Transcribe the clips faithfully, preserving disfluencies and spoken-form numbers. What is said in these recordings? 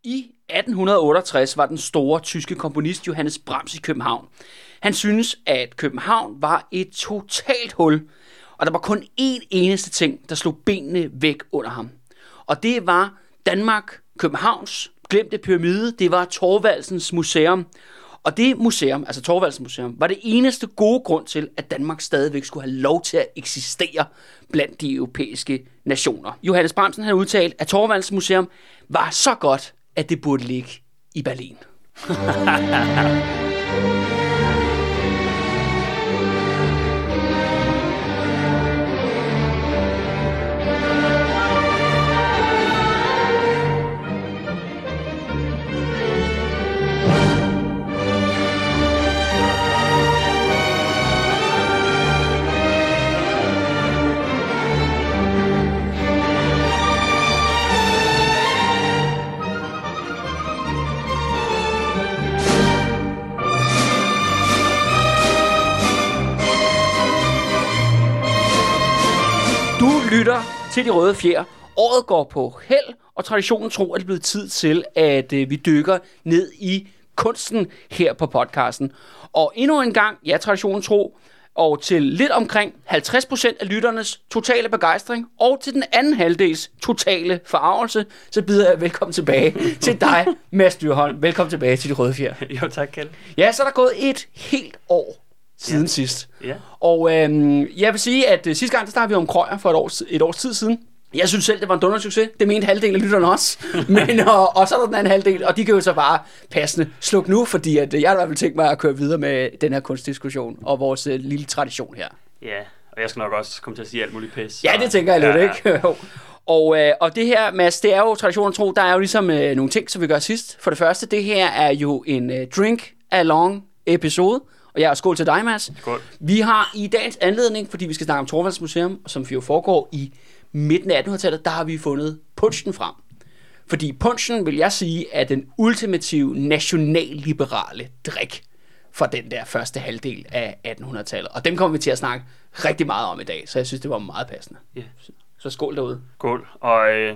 I atten otteogtres var den store tyske komponist Johannes Brahms i København. Han synes, at København var et totalt hul, og der var kun én eneste ting, der slog benene væk under ham. Og det var Danmark, Københavns glemte pyramide, det var Thorvaldsens Museum. Og det museum, altså Thorvaldsens Museum, var det eneste gode grund til, at Danmark stadigvæk skulle have lov til at eksistere blandt de europæiske nationer. Johannes Brahmsen havde udtalt, at Thorvaldsens Museum var så godt, at det burde ligge i Berlin. Lytter til De Røde Fjer. Året går på held, og traditionen tro, at det er blevet tid til, at øh, vi dykker ned i kunsten her på podcasten. Og endnu en gang, ja, traditionen tro, og til lidt omkring halvtreds procent af lytternes totale begejstring, og til den anden halvdels totale forarvelse, så byder jeg velkommen tilbage til dig, Mads Dyrholm. Velkommen tilbage til De Røde Fjer. Jo, tak, Kjeld. Ja, så er der gået et helt år siden ja. sidst. Ja. Og øhm, jeg vil sige, at øh, sidste gang, der snakkede vi om Krøyer for et, år, et års tid siden. Jeg synes selv, det var en dundersucces. Det mente halvdelen af lytterne også. Men, og, og så er der den anden halvdel, og de kan jo så bare passende slukke nu, fordi at, jeg har i hvert fald tænkt mig at køre videre med den her kunstdiskussion og vores øh, lille tradition her. Ja, og jeg skal nok også komme til at sige alt muligt pis. Ja, det tænker jeg lidt, ja, ja. ikke? og, øh, og det her, Mads, det er jo traditionen tro, der er jo ligesom øh, nogle ting, som vi gør sidst. For det første, det her er jo en øh, drink-along episode. Og jeg er skål til dig, Mads. Skål. Vi har i dagens anledning, fordi vi skal snakke om Thorvaldsens Museum, som jo foregår i midten af attenhundredetallet, der har vi fundet punchen frem. Fordi punchen, vil jeg sige, er den ultimative nationalliberale drik fra den der første halvdel af attenhunderetallet. Og dem kommer vi til at snakke rigtig meget om i dag, så jeg synes, det var meget passende. Yeah. Så, så skål derude. Skål. Og øh,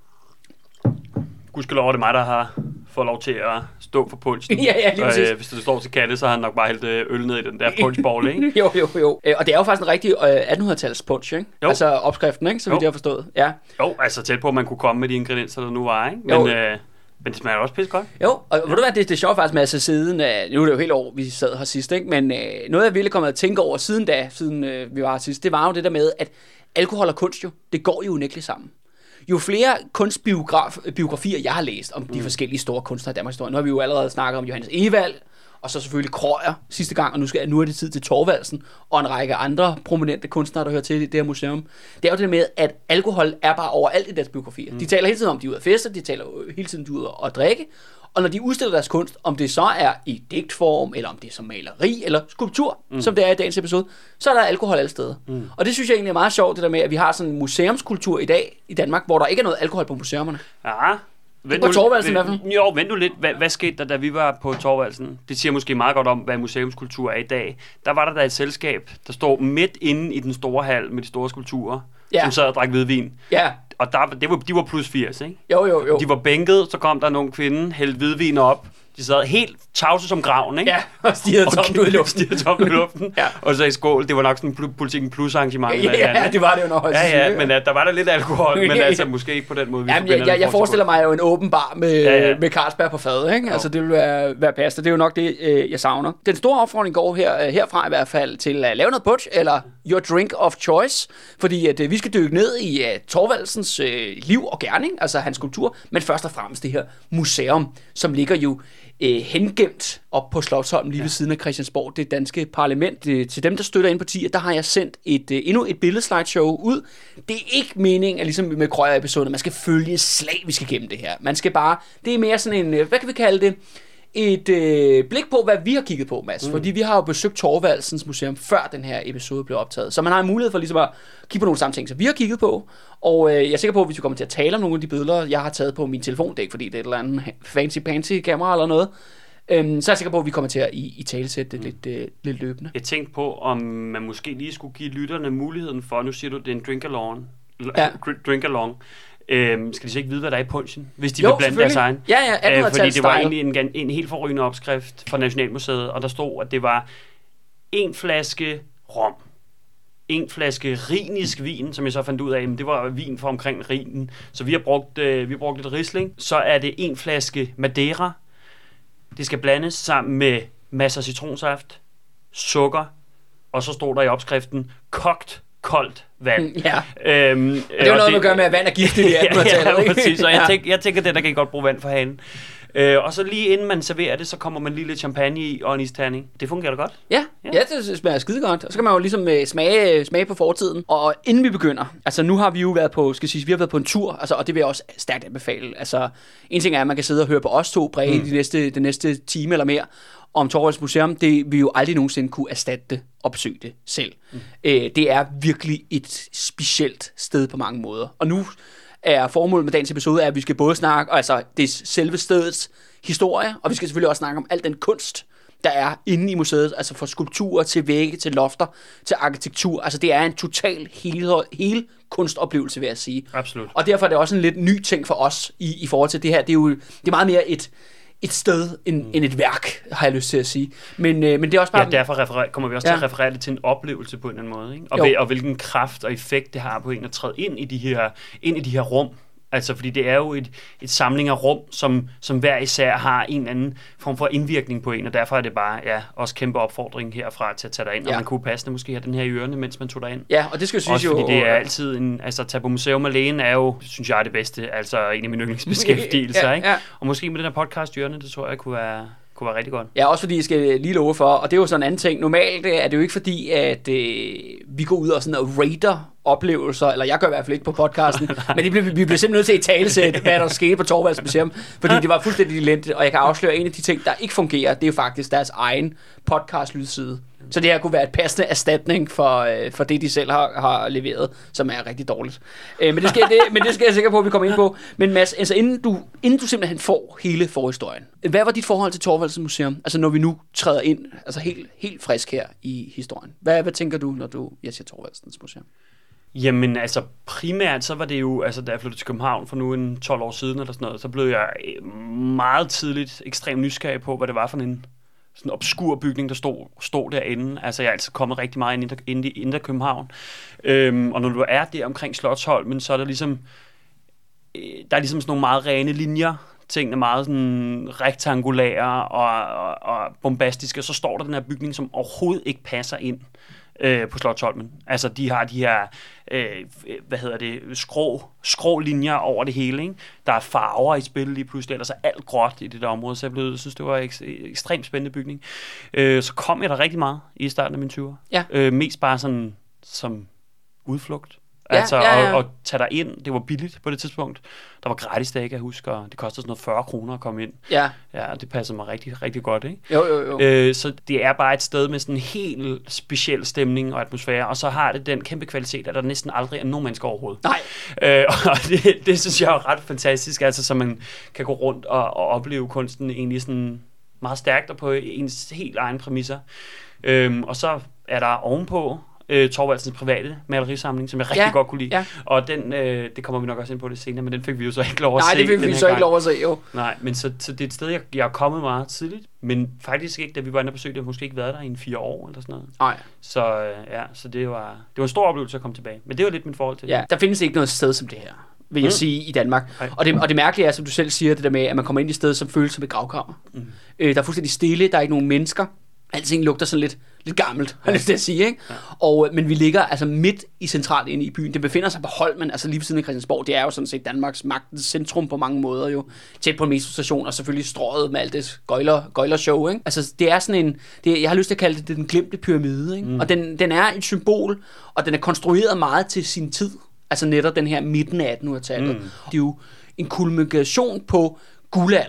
gudskelov er det mig, der har fået lov til at stå for punchen. ja, ja, lige præcis. Og, øh, hvis det står til Katte, så har han nok bare hældt øl ned i den der punchbowl, ikke? jo, jo, jo. Og det er jo faktisk en rigtig øh, attenhundredetals punch, ikke? Jo. Altså opskriften, ikke? Så vidt jeg har forstået. Ja. Jo, altså tæt på, at man kunne komme med de ingredienser, der nu var, ikke? Men, øh, men det smager også pisse godt. Jo, og ved du hvad, det, det er sjovt faktisk med, at siden, øh, nu er det jo helt år, vi sad her sidst, ikke? Men øh, noget, jeg ville komme at tænke over siden da, siden øh, vi var her sidst, det var jo det der med, at alkohol og kunst jo, det går jo unægteligt sammen. Jo flere kunstbiografier, jeg har læst om de mm. forskellige store kunstnere i Danmarks historie. Nu har vi jo allerede snakket om Johannes Evald, og så selvfølgelig Krøyer sidste gang, og nu, skal, nu er det tid til Thorvaldsen, og en række andre prominente kunstnere, der hører til det her museum. Det er jo det med, at alkohol er bare overalt i deres biografier. Mm. De taler hele tiden om, de er ude at feste, de taler hele tiden, de er ude at drikke, og når de udstiller deres kunst, om det så er i digtform, eller om det er som maleri, eller skulptur, mm. som det er i dagens episode, så er der alkohol alle steder. Mm. Og det synes jeg egentlig er meget sjovt, det der med, at vi har sådan en museumskultur i dag i Danmark, hvor der ikke er noget alkohol på museumerne. Ja, Vent på Thorvaldsen i hvert fald. Jo, vent du lidt. Hvad, hvad skete der, da vi var på Thorvaldsen? Det siger måske meget godt om, hvad museumskultur er i dag. Der var der da et selskab, der står midt inde i den store hal med de store skulpturer, ja. Som sad og drak hvidvin. Ja. Og der, det var, de var plus firs, ikke? Jo, jo, jo. De var bænket, så kom der nogle kvinde, hældte hvidvin op. De sad helt tavse som graven, ikke? Ja, og stirrede tomt ud i luften. Stirrede tomt ud i luften. Ja. Og så i skål. Det var nok sådan en politikken plus arrangement. Ja, ja, det var det jo nok. Ja, ja, men uh, der var der lidt alkohol, men altså måske ikke på den måde, vi Jamen, jeg, jeg, jeg forestiller mig jo en åben bar med, ja, ja. med Carlsberg på fadet, ikke? Jo. Altså, det vil være, være passende. Det er jo nok det, øh, jeg savner. Den store opfordring går her, herfra i hvert fald til at lave noget punch, eller your drink of choice, fordi at, øh, vi skal dykke ned i uh, Thorvaldsens øh, liv og gerning, altså hans kultur, men først og fremmest det her museum, som ligger jo Øh, hengemt op på Slotsholm lige ja. ved siden af Christiansborg, det danske parlament. Det, til dem, der støtter ind partier, der har jeg sendt et, øh, endnu et billedslideshow ud. Det er ikke meningen, at ligesom med Krøyer-episoden, man skal følge slavisk igennem det her. Man skal bare, det er mere sådan en, hvad kan vi kalde det? Et øh, blik på, hvad vi har kigget på, Mads. Mm. Fordi vi har jo besøgt Thorvaldsens Museum, før den her episode blev optaget. Så man har en mulighed for ligesom at kigge på nogle samme ting, som vi har kigget på. Og øh, jeg er sikker på, at hvis vi kommer til at tale om nogle af de billeder, jeg har taget på min telefon, det er ikke fordi det er et eller andet fancy-pansy kamera eller noget, øhm, så er jeg sikker på, at vi kommer til at i, i talesætte det mm. lidt, øh, lidt løbende. Jeg tænkte på, om man måske lige skulle give lytterne muligheden for, nu siger du, det er en drink-along. Ja. Drink-along. Øhm, skal de så ikke vide, hvad der er i punchen, hvis de jo, vil blande deres egen? Ja, ja, attenhundredetallet øh, Fordi det var style. egentlig en, en helt forrygende opskrift fra Nationalmuseet, og der stod, at det var en flaske rom, en flaske rhinisk vin, som jeg så fandt ud af, men det var vin fra omkring Rhinen, så vi har brugt, øh, vi har brugt lidt Riesling. Så er det en flaske Madeira. Det skal blandes sammen med masser af citronsaft, sukker, og så stod der i opskriften kogt koldt vand. Ja. Øhm, og det er jo noget, man gør med, at vand er giftigt i attenhundredetallet. Ja, ja, præcis. Så jeg, tænker, jeg tænker, det der kan godt bruge vand for hanen. Øh, og så lige inden man serverer det, så kommer man lige lidt champagne i og en isterning. Det fungerer da godt. Ja, ja. ja, det smager skide godt. Og så kan man jo ligesom smage, smage på fortiden. Og inden vi begynder, altså nu har vi jo været på, skal sige, vi har været på en tur, altså, og det vil jeg også stærkt anbefale. Altså, en ting er, at man kan sidde og høre på os to præge mm. de næste, de næste time eller mere om Thorvaldsens Museum. Det vil jo aldrig nogensinde kunne erstatte det og besøge det selv. Mm. Øh, det er virkelig et specielt sted på mange måder. Og nu er formålet med dagens episode, at vi skal både snakke, altså det er selve stedets historie, og vi skal selvfølgelig også snakke om al den kunst, der er inde i museet, altså fra skulpturer til vægge, til lofter, til arkitektur. Altså det er en total hele, hele kunstoplevelse, vil jeg sige. Absolut. Og derfor er det også en lidt ny ting for os i, i forhold til det her. Det er jo det er meget mere et et sted end, mm. end et værk, har jeg lyst til at sige. Men, øh, men det er også bare... Ja, derfor referer, kommer vi også ja. til at referere det til en oplevelse på en eller anden måde. Ikke? Og, ved, og hvilken kraft og effekt det har på en at træde ind i de her, ind i de her rum. Altså, fordi det er jo et, et samling af rum, som, som hver især har en eller anden form for indvirkning på en, og derfor er det bare ja, også kæmpe opfordring herfra til at tage dig ind, ja. Og man kunne passende måske have den her i ørerne, mens man tog dig ind. Ja, og det skal jeg synes også jo... fordi det er altid en... Altså, at tage på museum alene er jo, synes jeg, det bedste. Altså, en af mine yndlingsbeskæftigelser, ja, ikke? Ja. Og måske med den her podcast i ørerne, det tror jeg kunne være... kunne være rigtig godt. Ja, også fordi jeg skal lige love for, og det er jo sådan en anden ting. Normalt er det jo ikke fordi, at øh, vi går ud og sådan og rater oplevelser, eller jeg gør i hvert fald ikke på podcasten, men det blev, vi blev simpelthen nødt til at italesætte, hvad der skete på Thorvaldsens Museum, fordi det var fuldstændig elendigt, og jeg kan afsløre, en af de ting, der ikke fungerer, det er jo faktisk deres egen podcast-lydside. Så det her kunne være et passende erstatning for, øh, for det, de selv har, har leveret, som er rigtig dårligt. Øh, men, det skal, det, men det skal jeg sikker på, at vi kommer ind på. Men Mads, altså, inden, du, inden du simpelthen får hele forhistorien, hvad var dit forhold til Thorvaldsens Museum? Altså når vi nu træder ind, altså helt, helt frisk her i historien. Hvad, hvad tænker du, når du jeg siger Thorvaldsens Museum? Jamen altså primært så var det jo, altså da jeg flyttede til København for nu en tolv år siden eller sådan noget, så blev jeg meget tidligt ekstremt nysgerrig på, hvad det var for en sådan en obskur bygning, der stod, stod derinde. Altså jeg er altid kommet rigtig meget ind i, ind i, ind i København. Øhm, og når du er der omkring Slotsholmen, så er der ligesom, øh, der er ligesom sådan nogle meget rene linjer. Tingene er meget sådan rektangulære og, og, og bombastiske. Så står der den her bygning, som overhovedet ikke passer ind øh, på Slotsholmen. Altså de har de her, øh, hvad hedder det, skrå, skrå linjer over det hele. Ikke? Der er farver i spil lige pludselig, ellers er alt gråt i det der område. Så jeg blev, synes, det var en ek- ekstremt spændende bygning. Øh, så kom jeg der rigtig meget i starten af mine tyvere. Ja. Øh, mest bare sådan som udflugt. Ja, altså ja, ja. At, at tage dig ind, det var billigt på det tidspunkt. Der var gratis, det jeg kan huske, og det kostede sådan noget fyrre kroner at komme ind. Ja. Ja, det passede mig rigtig, rigtig godt, ikke? Jo, jo, jo. Øh, så det er bare et sted med sådan en helt speciel stemning og atmosfære, og så har det den kæmpe kvalitet, at der næsten aldrig er nogen mennesker overhovedet. Nej. Øh, og det, det synes jeg er ret fantastisk, altså så man kan gå rundt og, og opleve kunsten egentlig sådan meget stærkt og på ens helt egen præmisser. Øh, og så er der ovenpå Øh, Thorvaldsens private malerisamling, som jeg rigtig ja, godt kunne lide. Ja. Og den, øh, det kommer vi nok også ind på det senere, men den fik vi jo så ikke lov at Nej, se. Nej, det fik vi så gang. ikke lov at se, jo. Nej, men så, så det er et sted, jeg, jeg er kommet meget tidligt, men faktisk ikke, da vi var inde og besøgte, jeg måske ikke været der i en fire år eller sådan noget. Nej. Så øh, ja, så det var, det var en stor oplevelse at komme tilbage. Men det var lidt mit forhold til ja, det. Der findes ikke noget sted som det her, vil jeg mm. sige, i Danmark. Og det, og det mærkelige er, som du selv siger, det der med, at man kommer ind i et sted, som føles som et gravkammer. Mm. Øh, der er fuldstændig stille, der er ikke nogen mennesker. Alting lugter sådan lidt, lidt gammelt, har jeg lyst til at sige, ikke? Ja. Og, men vi ligger altså midt i centralt inde i byen. Det befinder sig på Holmen, altså lige ved siden af Christiansborg. Det er jo sådan set Danmarks magtens centrum på mange måder jo. Tæt på en metrostation, og selvfølgelig strøget med alt det gøjler, gøjler show, ikke? Altså det er sådan en, det, jeg har lyst til at kalde det, det den glemte pyramide, ikke? Mm. Og den, den er et symbol, og den er konstrueret meget til sin tid. Altså netop den her midten af attenhundredetallet. Mm. Det er jo en kulmination på guldalderen.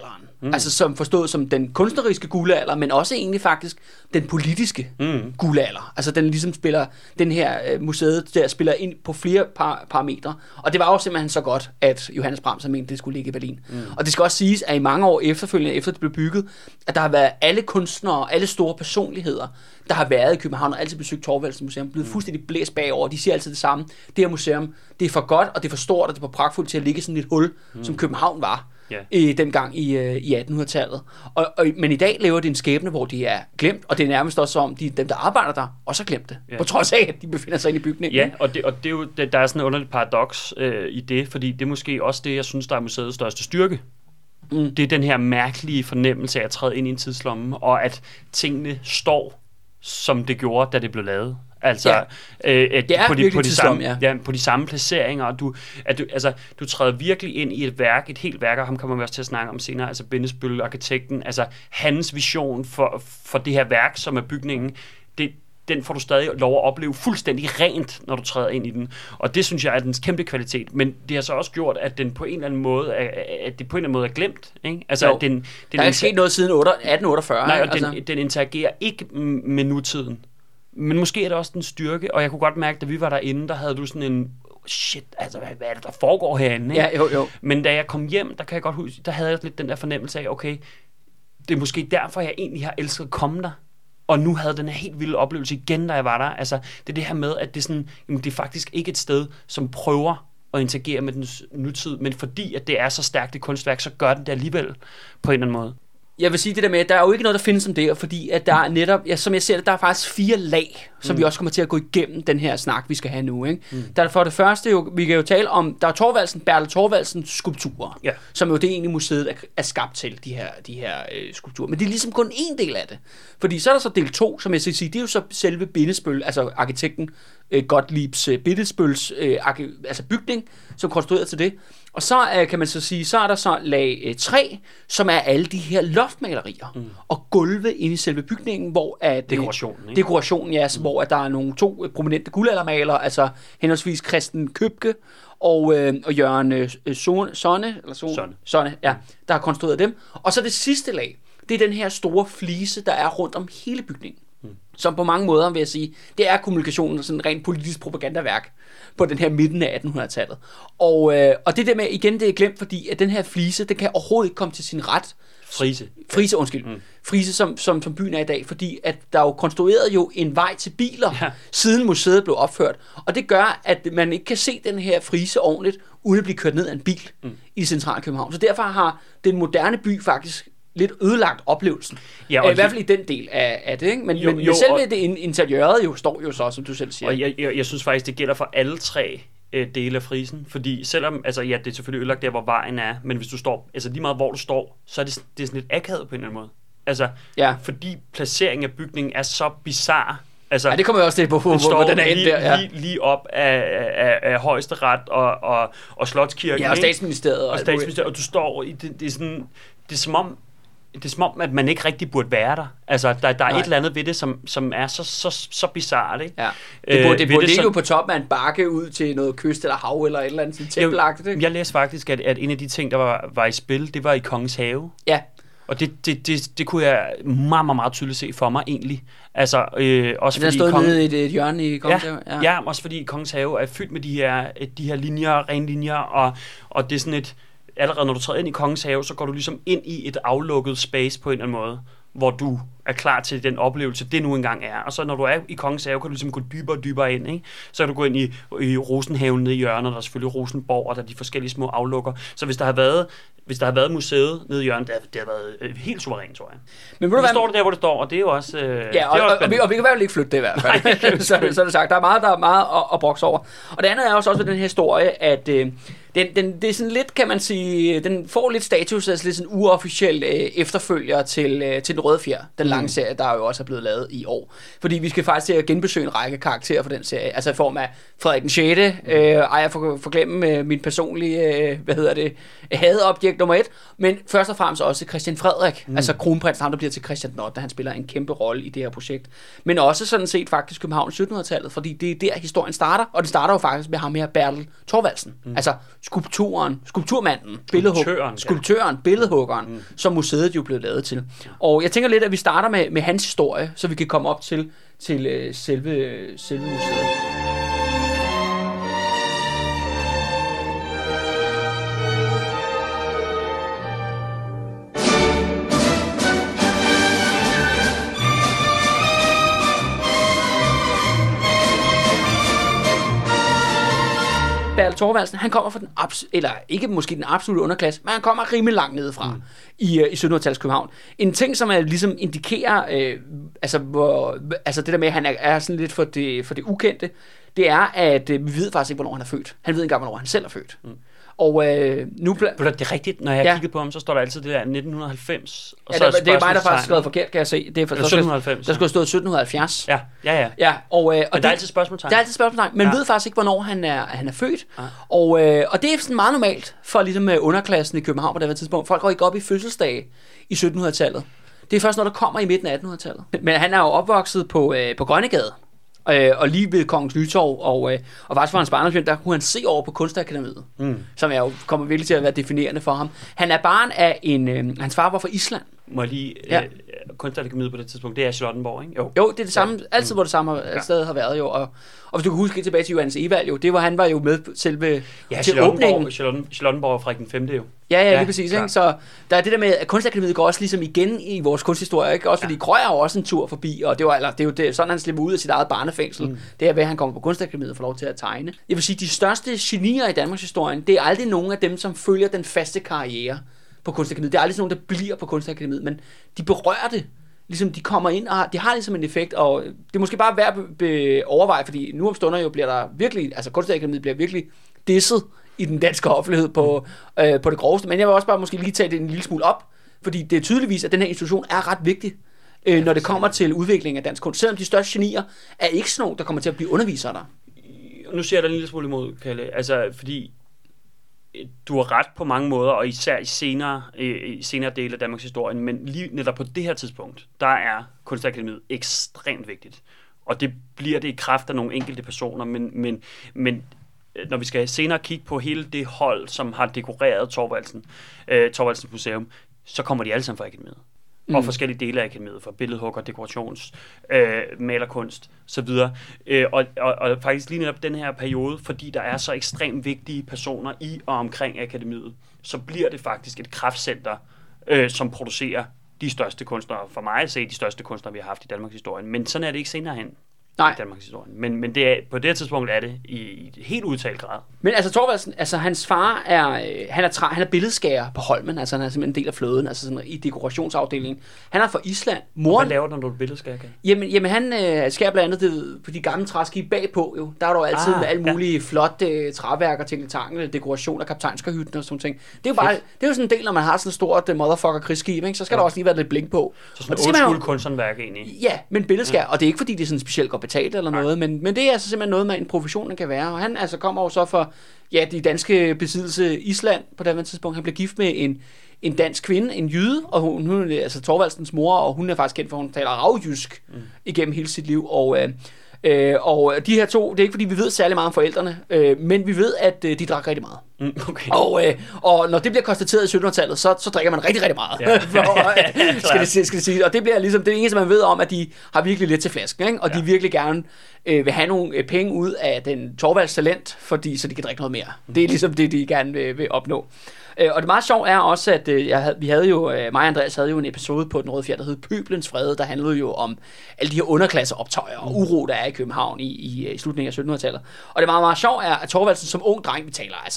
Mm. Altså som forstået som den kunstneriske guldalder, men også egentlig faktisk den politiske mm. guldalder. Altså den ligesom spiller, den her øh, museet der spiller ind på flere par, parametre. Og det var jo simpelthen så godt, at Johannes Brahms mente, det skulle ligge i Berlin. Mm. Og det skal også siges, at i mange år efterfølgende, efter det blev bygget, at der har været alle kunstnere, alle store personligheder, der har været i København og altid besøgt Thorvaldsens Museum, blevet fuldstændig blæst bagover. De siger altid det samme. Det her museum, det er for godt, og det er for stort, og det er for pragtfuldt til at ligge sådan et hul, mm. som København var. Yeah. I, dengang i, uh, i attenhundredetallet. Og, og, men i dag lever det en skæbne, hvor de er glemt, og det er nærmest også som, de, dem der arbejder der, også har glemt det. Yeah. På trods af, at de befinder sig inde i bygningen. Ja, og, det, og det er jo, det, der er sådan et underligt paradoks øh, i det, fordi det er måske også det, jeg synes, der er museets største styrke. Mm. Det er den her mærkelige fornemmelse af at træde ind i en tidslomme, og at tingene står, som det gjorde, da det blev lavet. Altså ja. øh, det er på, de, på, de samme, ja. Ja, på de samme placeringer, og du, at du, altså, du træder virkelig ind i et værk, et helt værk, og ham kommer vi også til at snakke om senere, altså Bindesbøll, arkitekten, altså hans vision for, for det her værk, som er bygningen, det, den får du stadig lov at opleve fuldstændig rent, når du træder ind i den. Og det synes jeg er dens kæmpe kvalitet. Men det har så også gjort, at den på en eller anden måde er, at det på en eller anden måde er glemt. Ikke? Altså, at den, den der er ikke sket noget siden atten otteogfyrre. Nej, og altså. den, den interagerer ikke med nutiden. Men måske er det også den styrke, og jeg kunne godt mærke, da vi var derinde, der havde du sådan en, shit, altså hvad, hvad er det, der foregår herinde? Ikke? Ja, jo, jo. Men da jeg kom hjem, der kan jeg godt huske, der havde jeg lidt den der fornemmelse af, okay, det er måske derfor, jeg egentlig har elsket at komme der. Og nu havde den her helt vilde oplevelse igen, da jeg var der. Altså, det er det her med, at det er, sådan, jamen, det er faktisk ikke et sted, som prøver at interagere med den nutid, men fordi at det er så stærkt et kunstværk, så gør den det alligevel på en eller anden måde. Jeg vil sige det der med, at der er jo ikke noget, der findes som det, fordi at der er netop, ja, som jeg ser det, der er faktisk fire lag, som mm. vi også kommer til at gå igennem den her snak, vi skal have nu. Ikke? Mm. Der er for det første jo, vi kan jo tale om, der er Thorvaldsen, Bertel Thorvaldsens skulpturer, ja. Som jo det egentlig museet er, er skabt til, de her, de her øh, skulpturer. Men det er ligesom kun en del af det. Fordi så er der så del to, som jeg skal sige, det er jo så selve Bindesbøll, altså arkitekten øh, Gottliebs øh, Bindesbølls øh, altså bygning, som er konstrueret til det. Og så øh, kan man så sige, så er der så lag tre, øh, som er alle de her loftmalerier mm. og gulve inde i selve bygningen, hvor at dekorationen, ikke? Dekorationen, ja, mm. hvor at der er nogle to prominente guldaldermalere, altså henholdsvis Christen Købke og øh, og Jørgen øh, Sonne eller Sonne, Sonne, Sonne, ja, der har konstrueret dem. Og så det sidste lag, det er den her store flise, der er rundt om hele bygningen. Mm. Som på mange måder, vil jeg sige, det er kommunikationen, sådan en rent politisk propagandaværk på den her midten af attenhundredetallet. Og, øh, og det der med, igen, det er glemt, fordi at den her flise, den kan overhovedet ikke komme til sin ret. Frise. Frise, undskyld. Mm. Frise, som, som, som byen er i dag, fordi at der er jo konstrueret jo en vej til biler, ja. Siden museet blev opført. Og det gør, at man ikke kan se den her frise ordentligt, uden at blive kørt ned af en bil mm. i central København. Så derfor har den moderne by faktisk lidt ødelagt oplevelsen. Ja, I hvert fald i den del af, af det, ikke? Men, jo, men jo, selve og, det interiøret jo står jo så, som du selv siger. Og jeg, jeg, jeg synes faktisk, det gælder for alle tre øh, dele af frisen, fordi selvom, altså ja, det er selvfølgelig ødelagt der, hvor vejen er, men hvis du står, altså lige meget hvor du står, så er det, det er sådan lidt akavet på en eller anden måde. Altså, ja. Fordi placeringen af bygningen er så bizarre. Altså, ja, det kommer jo også til på, hvor, hvor den er lige, der. Ja. Lige, lige op af, af, af højesteret og, og, og Slotskirken. Ja, og statsministeriet. Og, og statsministeriet, og du står i, det, det er sådan, det er som om, det er som om, at man ikke rigtig burde være der. Altså, der, der er Nej. Et eller andet ved det, som, som er så, så, så bizarrt, ikke? Ja. Det burde, det burde ligge jo på toppen af en bakke ud til noget kyst eller hav, eller et eller andet sådan tempelagtigt, ikke? Jeg læste faktisk, at, at en af de ting, der var, var i spil, det var i Kongens Have. Ja. Og det, det, det, det kunne jeg meget, meget, meget tydeligt se for mig, egentlig. Altså, øh, også fordi... Der stod nede i et, et hjørne i Kongens ja, Have? Ja. ja, også fordi Kongens Have er fyldt med de her, de her linjer, rene linjer, og, og det er sådan et... Allerede når du træder ind i Kongens Have, så går du ligesom ind i et aflukket space på en eller anden måde, hvor du er klar til den oplevelse, det nu engang er. Og så når du er i Kongens Have, kan du ligesom gå dybere og dybere ind, ikke? Så kan du gå ind i, i Rosenhaven nede i hjørnet, der er selvfølgelig Rosenborg, og der er de forskellige små aflukker. Så hvis der har været, hvis der har været museet nede i hjørnet, det har, det har været helt suverænt, tror jeg. Men det står det der, hvor det står, og det er jo også... Øh, ja, og, og, og, vi, og vi kan i hvert fald ikke flytte det i hvert fald. Nej, så, så er det sagt, der er meget, der er meget at, at brokse over. Og det andet er også også ved den her historie, at... Øh, Den, den, det er sådan lidt, kan man sige, den får lidt status, altså lidt sådan uofficiel øh, efterfølger til, øh, til Den Røde Fjer, den lange serie, der jo også er blevet lavet i år. Fordi vi skal faktisk til at genbesøge en række karakterer for den serie, altså i form af Frederik den sjette, øh, ej, jeg får forglemme øh, min personlige, øh, hvad hedder det, hadeobjekt nummer et, men først og fremmest også Christian Frederik, mm. altså kronprins, ham der bliver til Christian den ottende, han spiller en kæmpe rolle i det her projekt. Men også sådan set faktisk København syttenhundredetallet, fordi det er der historien starter, og det starter jo faktisk med ham her, Bertel Thorvaldsen, mm. altså skulpturen, skulpturmanden, billedhuggeren, skulptøren, billedhuggeren, mm. som museet jo blev lavet til. Og jeg tænker lidt, at vi starter med, med hans historie, så vi kan komme op til, til øh, selve, selve museet. Bertel Thorvaldsen, han kommer fra den abs- eller ikke måske den absolutte underklasse, men han kommer rimelig langt nedefra mm. i, i syttenhundredetalets København. En ting, som er, ligesom indikerer, øh, altså, hvor, altså det der med, at han er, er sådan lidt for det, for det ukendte, det er, at øh, vi ved faktisk ikke, hvornår han er født. Han ved ikke engang, hvornår han selv er født. Mm. Og øh, nu... Pla- det er rigtigt, når jeg har ja. kigget på ham, så står der altid det der nitten halvfems. Og ja, så det, er, det er mig, der faktisk har skrevet forkert, kan jeg se. Det er for, sytten halvfems. Der skulle have stået sytten halvfjerds. Ja, ja, ja. ja og, øh, og men der er altid spørgsmålstegn. Der er altid spørgsmålstegn, men ja. ved faktisk ikke, hvornår han er, han er født. Ja. Og, øh, og det er sådan meget normalt for ligesom, underklassen i København på det her tidspunkt. Folk går ikke op i fødselsdage i syttenhundredetallet. Det er først, når der kommer i midten af attenhundredetallet. Men han er jo opvokset på, øh, på Grønnegade. Øh, og lige ved Kongens Nytorv, og, øh, og faktisk var hans barndomshjem, der kunne han se over på Kunstakademiet, mm. som er jo kommer virkelig til at være definerende for ham. Han er barn af en, øh, hans far var fra Island. Må jeg lige, ja. øh, Kunstakademiet på det tidspunkt, det er Charlottenborg, ikke? Jo, jo det er det samme, ja. altid hvor det samme ja. sted har været jo, og, og hvis du kan huske tilbage til Johannes Evald jo, det var, han var jo med selve ja, til åbningen. Charlottenborg fra den femte jo. Ja, ja, ja, lige præcis, ikke? Så der er det der med, at Kunstakademiet går også ligesom igen i vores kunsthistorie, ikke? Også fordi ja. Krøyer jo også en tur forbi, og det var, eller, det er jo det, sådan, han slipper ud af sit eget barnefængsel. Mm. Det er ved, at han kommer på Kunstakademiet og får lov til at tegne. Jeg vil sige, de største genier i Danmarks historie, det er aldrig nogen af dem, som følger den faste karriere på Kunstakademiet. Det er aldrig sådan nogen, der bliver på Kunstakademiet, men de berører det. Ligesom de kommer ind, og har, de har ligesom en effekt, og det er måske bare værd at be- overveje, fordi nu om stunder jo bliver der virkelig, altså Kunstakademiet bliver virkelig disset i den danske offentlighed på, øh, på det groveste. Men jeg vil også bare måske lige tage det en lille smule op, fordi det er tydeligvis, at den her institution er ret vigtig, øh, når det kommer til udvikling af dansk kunst. Selvom de største genier er ikke sådan nogen, der kommer til at blive undervisere der. Nu ser jeg dig en lille smule imod, Kalle. Altså, fordi du har ret på mange måder, og især i senere, i senere dele af Danmarks historie, men lige netop på det her tidspunkt, der er Kunstakademiet ekstremt vigtigt. Og det bliver det i kraft af nogle enkelte personer, men, men, men når vi skal senere kigge på hele det hold, som har dekoreret Thorvaldsen, øh, Thorvaldsens Museum, så kommer de alle sammen fra akademiet. Mm. Og forskellige dele af akademiet, fra billedhugger, dekorations, øh, malerkunst, så videre. Øh, og, og, og faktisk lige netop den her periode, fordi der er så ekstremt vigtige personer i og omkring akademiet, så bliver det faktisk et kraftcenter, øh, som producerer de største kunstnere, for mig at se de største kunstnere, vi har haft i Danmarks historie. Men sådan er det ikke senere hen. Nej. I Danmarks historie. Men, men det er, på det her tidspunkt er det i, i et helt udtalt grad. Men altså Thorvaldsen, altså hans far er, øh, han er, tra- han er billedskærer på Holmen, altså han er simpelthen en del af flåden, altså sådan i dekorationsafdelingen. Han er fra Island. Moren, hvad laver du, når du er billedskærer? Jamen, jamen han øh, skærer blandt andet det, på de gamle træskibe bagpå jo. Der er der jo altid ah, med alle mulige ja. flotte øh, træværker, tingeltangel, dekoration af kaptajnskerhytten og sådan ting. Det er jo bare, det er jo sådan en del, når man har sådan et stort uh, motherfucker krigsskib, ikke? Så skal ja. der også lige være lidt blink på. Så sådan et old school kunsthåndværk egentlig. Ja, men billedskær, ja. og det er ikke fordi det er sådan specielt godt betalt eller noget, men, men det er altså simpelthen noget med en profession, kan være. Og han altså kommer jo så for ja, de danske besiddelse Island på det tidspunkt. Han bliver gift med en, en dansk kvinde, en jyde, og hun, hun er altså Thorvaldsens mor, og hun er faktisk kendt for, at hun taler ravjysk mm. igennem hele sit liv. Og, øh, øh, og de her to, det er ikke fordi, vi ved særlig meget om forældrene, øh, men vi ved, at øh, de drak rigtig meget. Mm, okay. og, øh, og når det bliver konstateret i syttenhundredetallet, så, så drikker man rigtig, rigtig meget. Ja. For, øh, skal, det, skal det sige. Og det bliver ligesom det eneste, man ved om, at de har virkelig lidt til flasken, ikke? Og ja. de virkelig gerne øh, vil have nogle øh, penge ud af den Thorvalds talent, fordi, så de kan drikke noget mere. Mm. Det er ligesom det, de gerne vil, vil opnå. Øh, og det meget sjovt er også, at øh, jeg havde, vi havde jo, øh, mig og Andreas havde jo en episode på Den Røde Fjer, der hed Pøbelens Fred, der handlede jo om alle de her underklasseoptøjer og uro, der er i København i, i, i slutningen af syttenhundredetallet. Og det meget, meget sjovt er, at Thorvaldsen som ung dreng, vi taler altså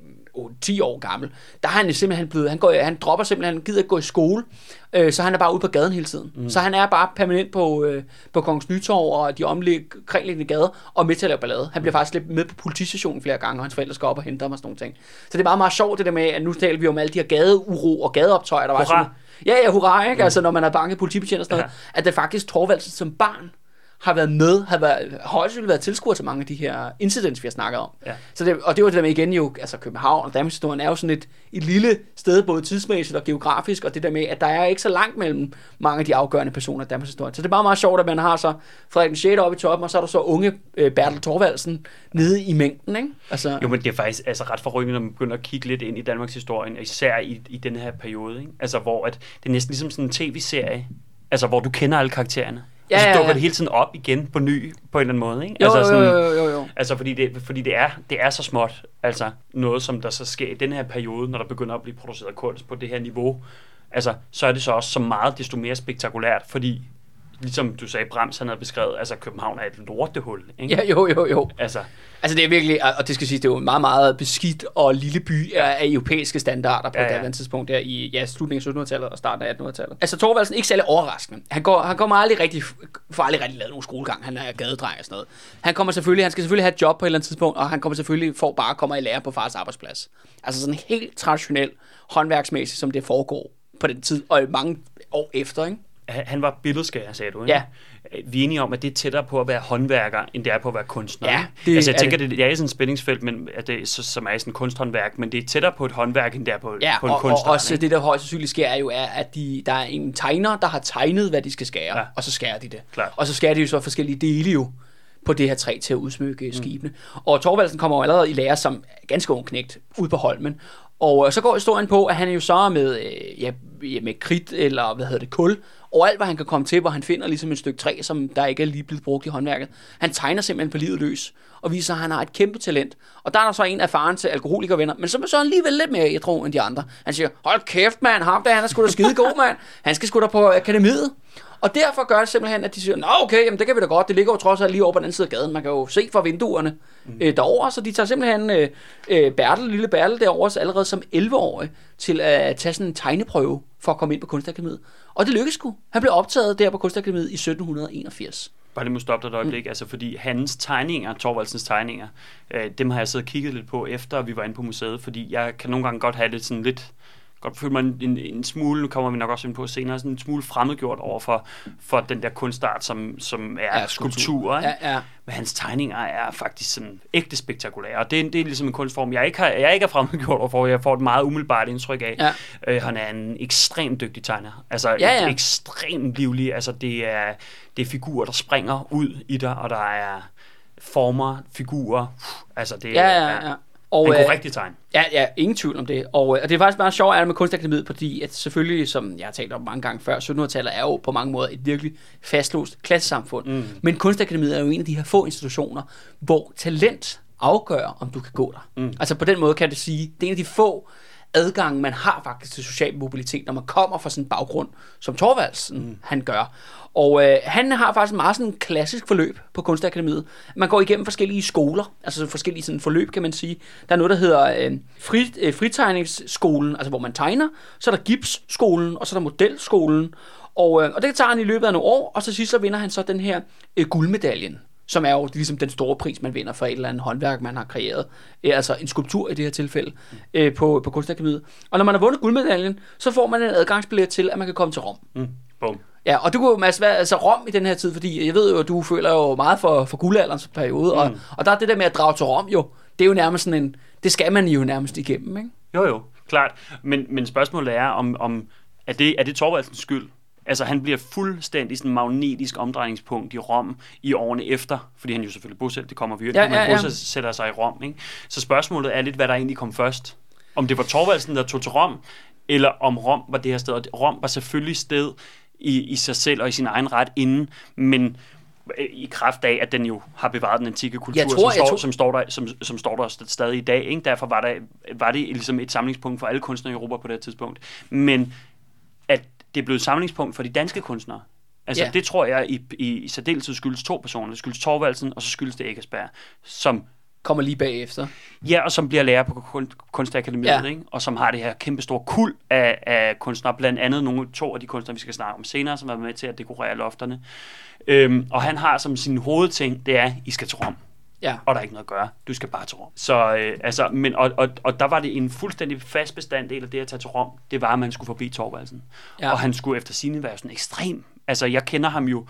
ti år gammel, der har han simpelthen blevet, han, går, han dropper simpelthen, han gider ikke gå i skole, øh, så han er bare ude på gaden hele tiden. Mm. Så han er bare permanent på, øh, på Kongens Nytorv og de omkringliggende gader, og med til at lave ballade. Han bliver faktisk lidt med på politistationen flere gange, og hans forældre skal op og hente ham og sådan nogle ting. Så det er meget, meget sjovt det der med, at nu taler vi om alle de her gadeuro og gadeoptøjer, der var sådan. Ja, ja, hurra, ikke? Mm. Altså når man har banket politibetjent og sådan noget, ja. At det faktisk Thorvaldsen som barn har været med, har været, højst ville været tilskuer til mange af de her incidents, vi har snakket om. Ja. Så det, og det var det der med igen jo, altså København og Danmarkshistorien er jo sådan et, et lille sted, både tidsmæssigt og geografisk, og det der med, at der er ikke så langt mellem mange af de afgørende personer i Danmarkshistorien. Så det er bare meget sjovt, at man har så Frederik den sjette oppe i toppen, og så er der så unge øh, Bertel Thorvaldsen nede i mængden, ikke? Altså, jo, men det er faktisk altså, ret forrygende, når man begynder at kigge lidt ind i Danmarks historie, især i, i den her periode, ikke? Altså, hvor at, det er næsten ligesom sådan en tv-serie, altså, hvor du kender alle karaktererne. Ja, og så dukker ja, ja. det hele tiden op igen på ny, på en eller anden måde, ikke? Jo, altså, sådan, jo, jo, jo, jo. Altså, fordi, det, fordi det, er, det er så småt, altså, noget, som der så sker i den her periode, når der begynder at blive produceret kunst på det her niveau, altså, så er det så også så meget desto mere spektakulært, fordi ligesom du sagde, Brahms han havde beskrevet, altså København er et lortehul, ikke? Ja, jo, jo, jo. Altså, altså det er virkelig, og det skal sige, det er jo en meget, meget beskidt og lille by af, af europæiske standarder på ja, ja. det tidspunkt der i ja, slutningen af syttenhundredetallet og starten af attenhundredetallet. Altså Thorvaldsen ikke særlig overraskende. Han går, han kommer aldrig rigtig, får aldrig rigtig lavet nogen skolegang. Han er gadedreng og sådan noget. Han kommer selvfølgelig, han skal selvfølgelig have et job på et eller andet tidspunkt, og han kommer selvfølgelig for bare at komme i lære på fars arbejdsplads. Altså sådan helt traditionel håndværksmæssigt, som det foregår på den tid, og mange år efter, ikke? Han var billedskærer, sagde du, ikke? Ja. Vi er enige om, at det er tættere på at være håndværker, end det er på at være kunstner. Ja, det altså, jeg er tænker, det. det er i sådan et spændingsfelt, men, at det, så, som er i sådan et kunsthåndværk, men det er tættere på et håndværk, end det er på, ja, på en og, kunstner. og også ikke? Det, der højst sandsynligt sker, er jo, er, at de, der er en tegner, der har tegnet, hvad de skal skære, ja. og så skærer de det. Klart. Og så skærer de jo så forskellige dele jo på det her træ til at udsmykke mm. skibene. Og Thorvaldsen kommer jo allerede i lære som ganske ung knægt ud på Holmen. Og så går historien på, at han er jo så med, øh, ja, med kridt eller hvad hedder det, kul, og alt hvad han kan komme til, hvor han finder ligesom et stykke træ, som der ikke er lige blevet brugt i håndværket. Han tegner simpelthen på livet løs, og viser, at han har et kæmpe talent. Og der er der så en af faren til alkoholikervenner, men som er så alligevel lidt mere, jeg tror, end de andre. Han siger, hold kæft mand, ham der, han er sgu da skide god mand. Han skal sgu da på akademiet. Og derfor gør det simpelthen, at de siger, nå okay, jamen det kan vi da godt, det ligger jo trods alt lige over på den anden side af gaden, man kan jo se fra vinduerne mm. øh, derovre, så de tager simpelthen øh, øh, Bertel, lille Bertel derovre, så allerede som elleve-årig, til at tage sådan en tegneprøve for at komme ind på Kunstakademiet. Og det lykkedes sgu. Han blev optaget der på Kunstakademiet i sytten enogfirs. Bare lige må stoppe dig et øjeblik, mm. altså fordi hans tegninger, Thorvaldsens tegninger, øh, dem har jeg siddet og kigget lidt på, efter vi var inde på museet, fordi jeg kan nogle gange godt have det sådan lidt, godt føle mig en, en, en smule, nu kommer vi nok også ind på senere, sådan en smule fremmedgjort over for, for den der kunstart, som, som er ja, skulptur. Ja, ja. Men hans tegninger er faktisk sådan ægte spektakulære, og det er, det er ligesom en kunstform, jeg ikke, har, jeg ikke er fremmedgjort over for, jeg får et meget umiddelbart indtryk af. Ja. Øh, han er en ekstremt dygtig tegner, altså ja, ja. ekstremt livlig, altså det er, det er figurer, der springer ud i dig, og der er former, figurer, altså det ja, ja, ja. er... Og, en god rigtig tegn. Ja, ja, ingen tvivl om det. Og, og det er faktisk bare sjovt at med Kunstakademiet, fordi at selvfølgelig, som jeg har talt om mange gange før, syttenhundredetallet er jo på mange måder et virkelig fastlåst klassesamfund. Mm. Men Kunstakademiet er jo en af de her få institutioner, hvor talent afgør, om du kan gå der. Mm. Altså på den måde kan det sige, det er en af de få adgange, man har faktisk til social mobilitet, når man kommer fra sådan en baggrund, som Thorvaldsen mm. han gør. Og øh, han har faktisk en meget sådan klassisk forløb på Kunstakademiet. Man går igennem forskellige skoler, altså forskellige sådan forløb, kan man sige. Der er noget, der hedder øh, fri, øh, fritegningsskolen, altså hvor man tegner. Så er der gipsskolen, og så er der modelskolen. Og, øh, og det tager han i løbet af nogle år, og så sidst så vinder han så den her øh, guldmedaljen, som er jo ligesom den store pris, man vinder for et eller andet håndværk, man har kreeret. Øh, altså en skulptur i det her tilfælde øh, på, på Kunstakademiet. Og når man har vundet guldmedaljen, så får man en adgangsbillet til, at man kan komme til Rom. Mm. Boom. Ja, og det kunne jo Mads være altså Rom i den her tid, fordi jeg ved jo, at du føler jo meget for, for guldalderens periode, mm. og, og der er det der med at drage til Rom jo, det er jo nærmest sådan en, det skal man jo nærmest igennem, ikke? Jo jo, klart, men, men spørgsmålet er, om, om er det, er det Thorvaldsens skyld? Altså han bliver fuldstændig sådan en magnetisk omdrejningspunkt i Rom i årene efter, fordi han jo selvfølgelig bosætter, det kommer vi jo ikke, ja, ja, ja. Man bosætter sig i Rom, ikke? Så spørgsmålet er lidt, hvad der egentlig kom først. Om det var Thorvaldsen, der tog til Rom, eller om Rom var det her sted, og Rom var selvfølgelig sted i, i sig selv og i sin egen ret inden, men i kraft af, at den jo har bevaret den antikke kultur, tror, som, står, tror... som, står der, som, som står der stadig i dag. Ikke? Derfor var, der, var det ligesom et samlingspunkt for alle kunstnere i Europa på det tidspunkt. Men at det er blevet et samlingspunkt for de danske kunstnere, altså ja. Det tror jeg i, i, i særdeleshed skyldes to personer. Det skyldes Thorvaldsen, og så skyldes det Eckersberg, som kommer lige bagefter. Ja, og som bliver lærer på Kunstakademiet, ja. Ikke? Og som har det her kæmpe store kuld af, af kunstnere, blandt andet nogle to af de kunstnere, vi skal snakke om senere, som er med til at dekorere lofterne. Øhm, og han har som sin hovedting, det er, I skal til Rom. Ja. Og der er ikke noget at gøre. Du skal bare til Rom. Så, øh, altså, men, og, og, og der var det en fuldstændig fast bestanddel af det at tage til Rom, det var, at man skulle forbi Thorvaldsen. Ja. Og han skulle efter sigende være sådan ekstrem. Altså, jeg kender ham jo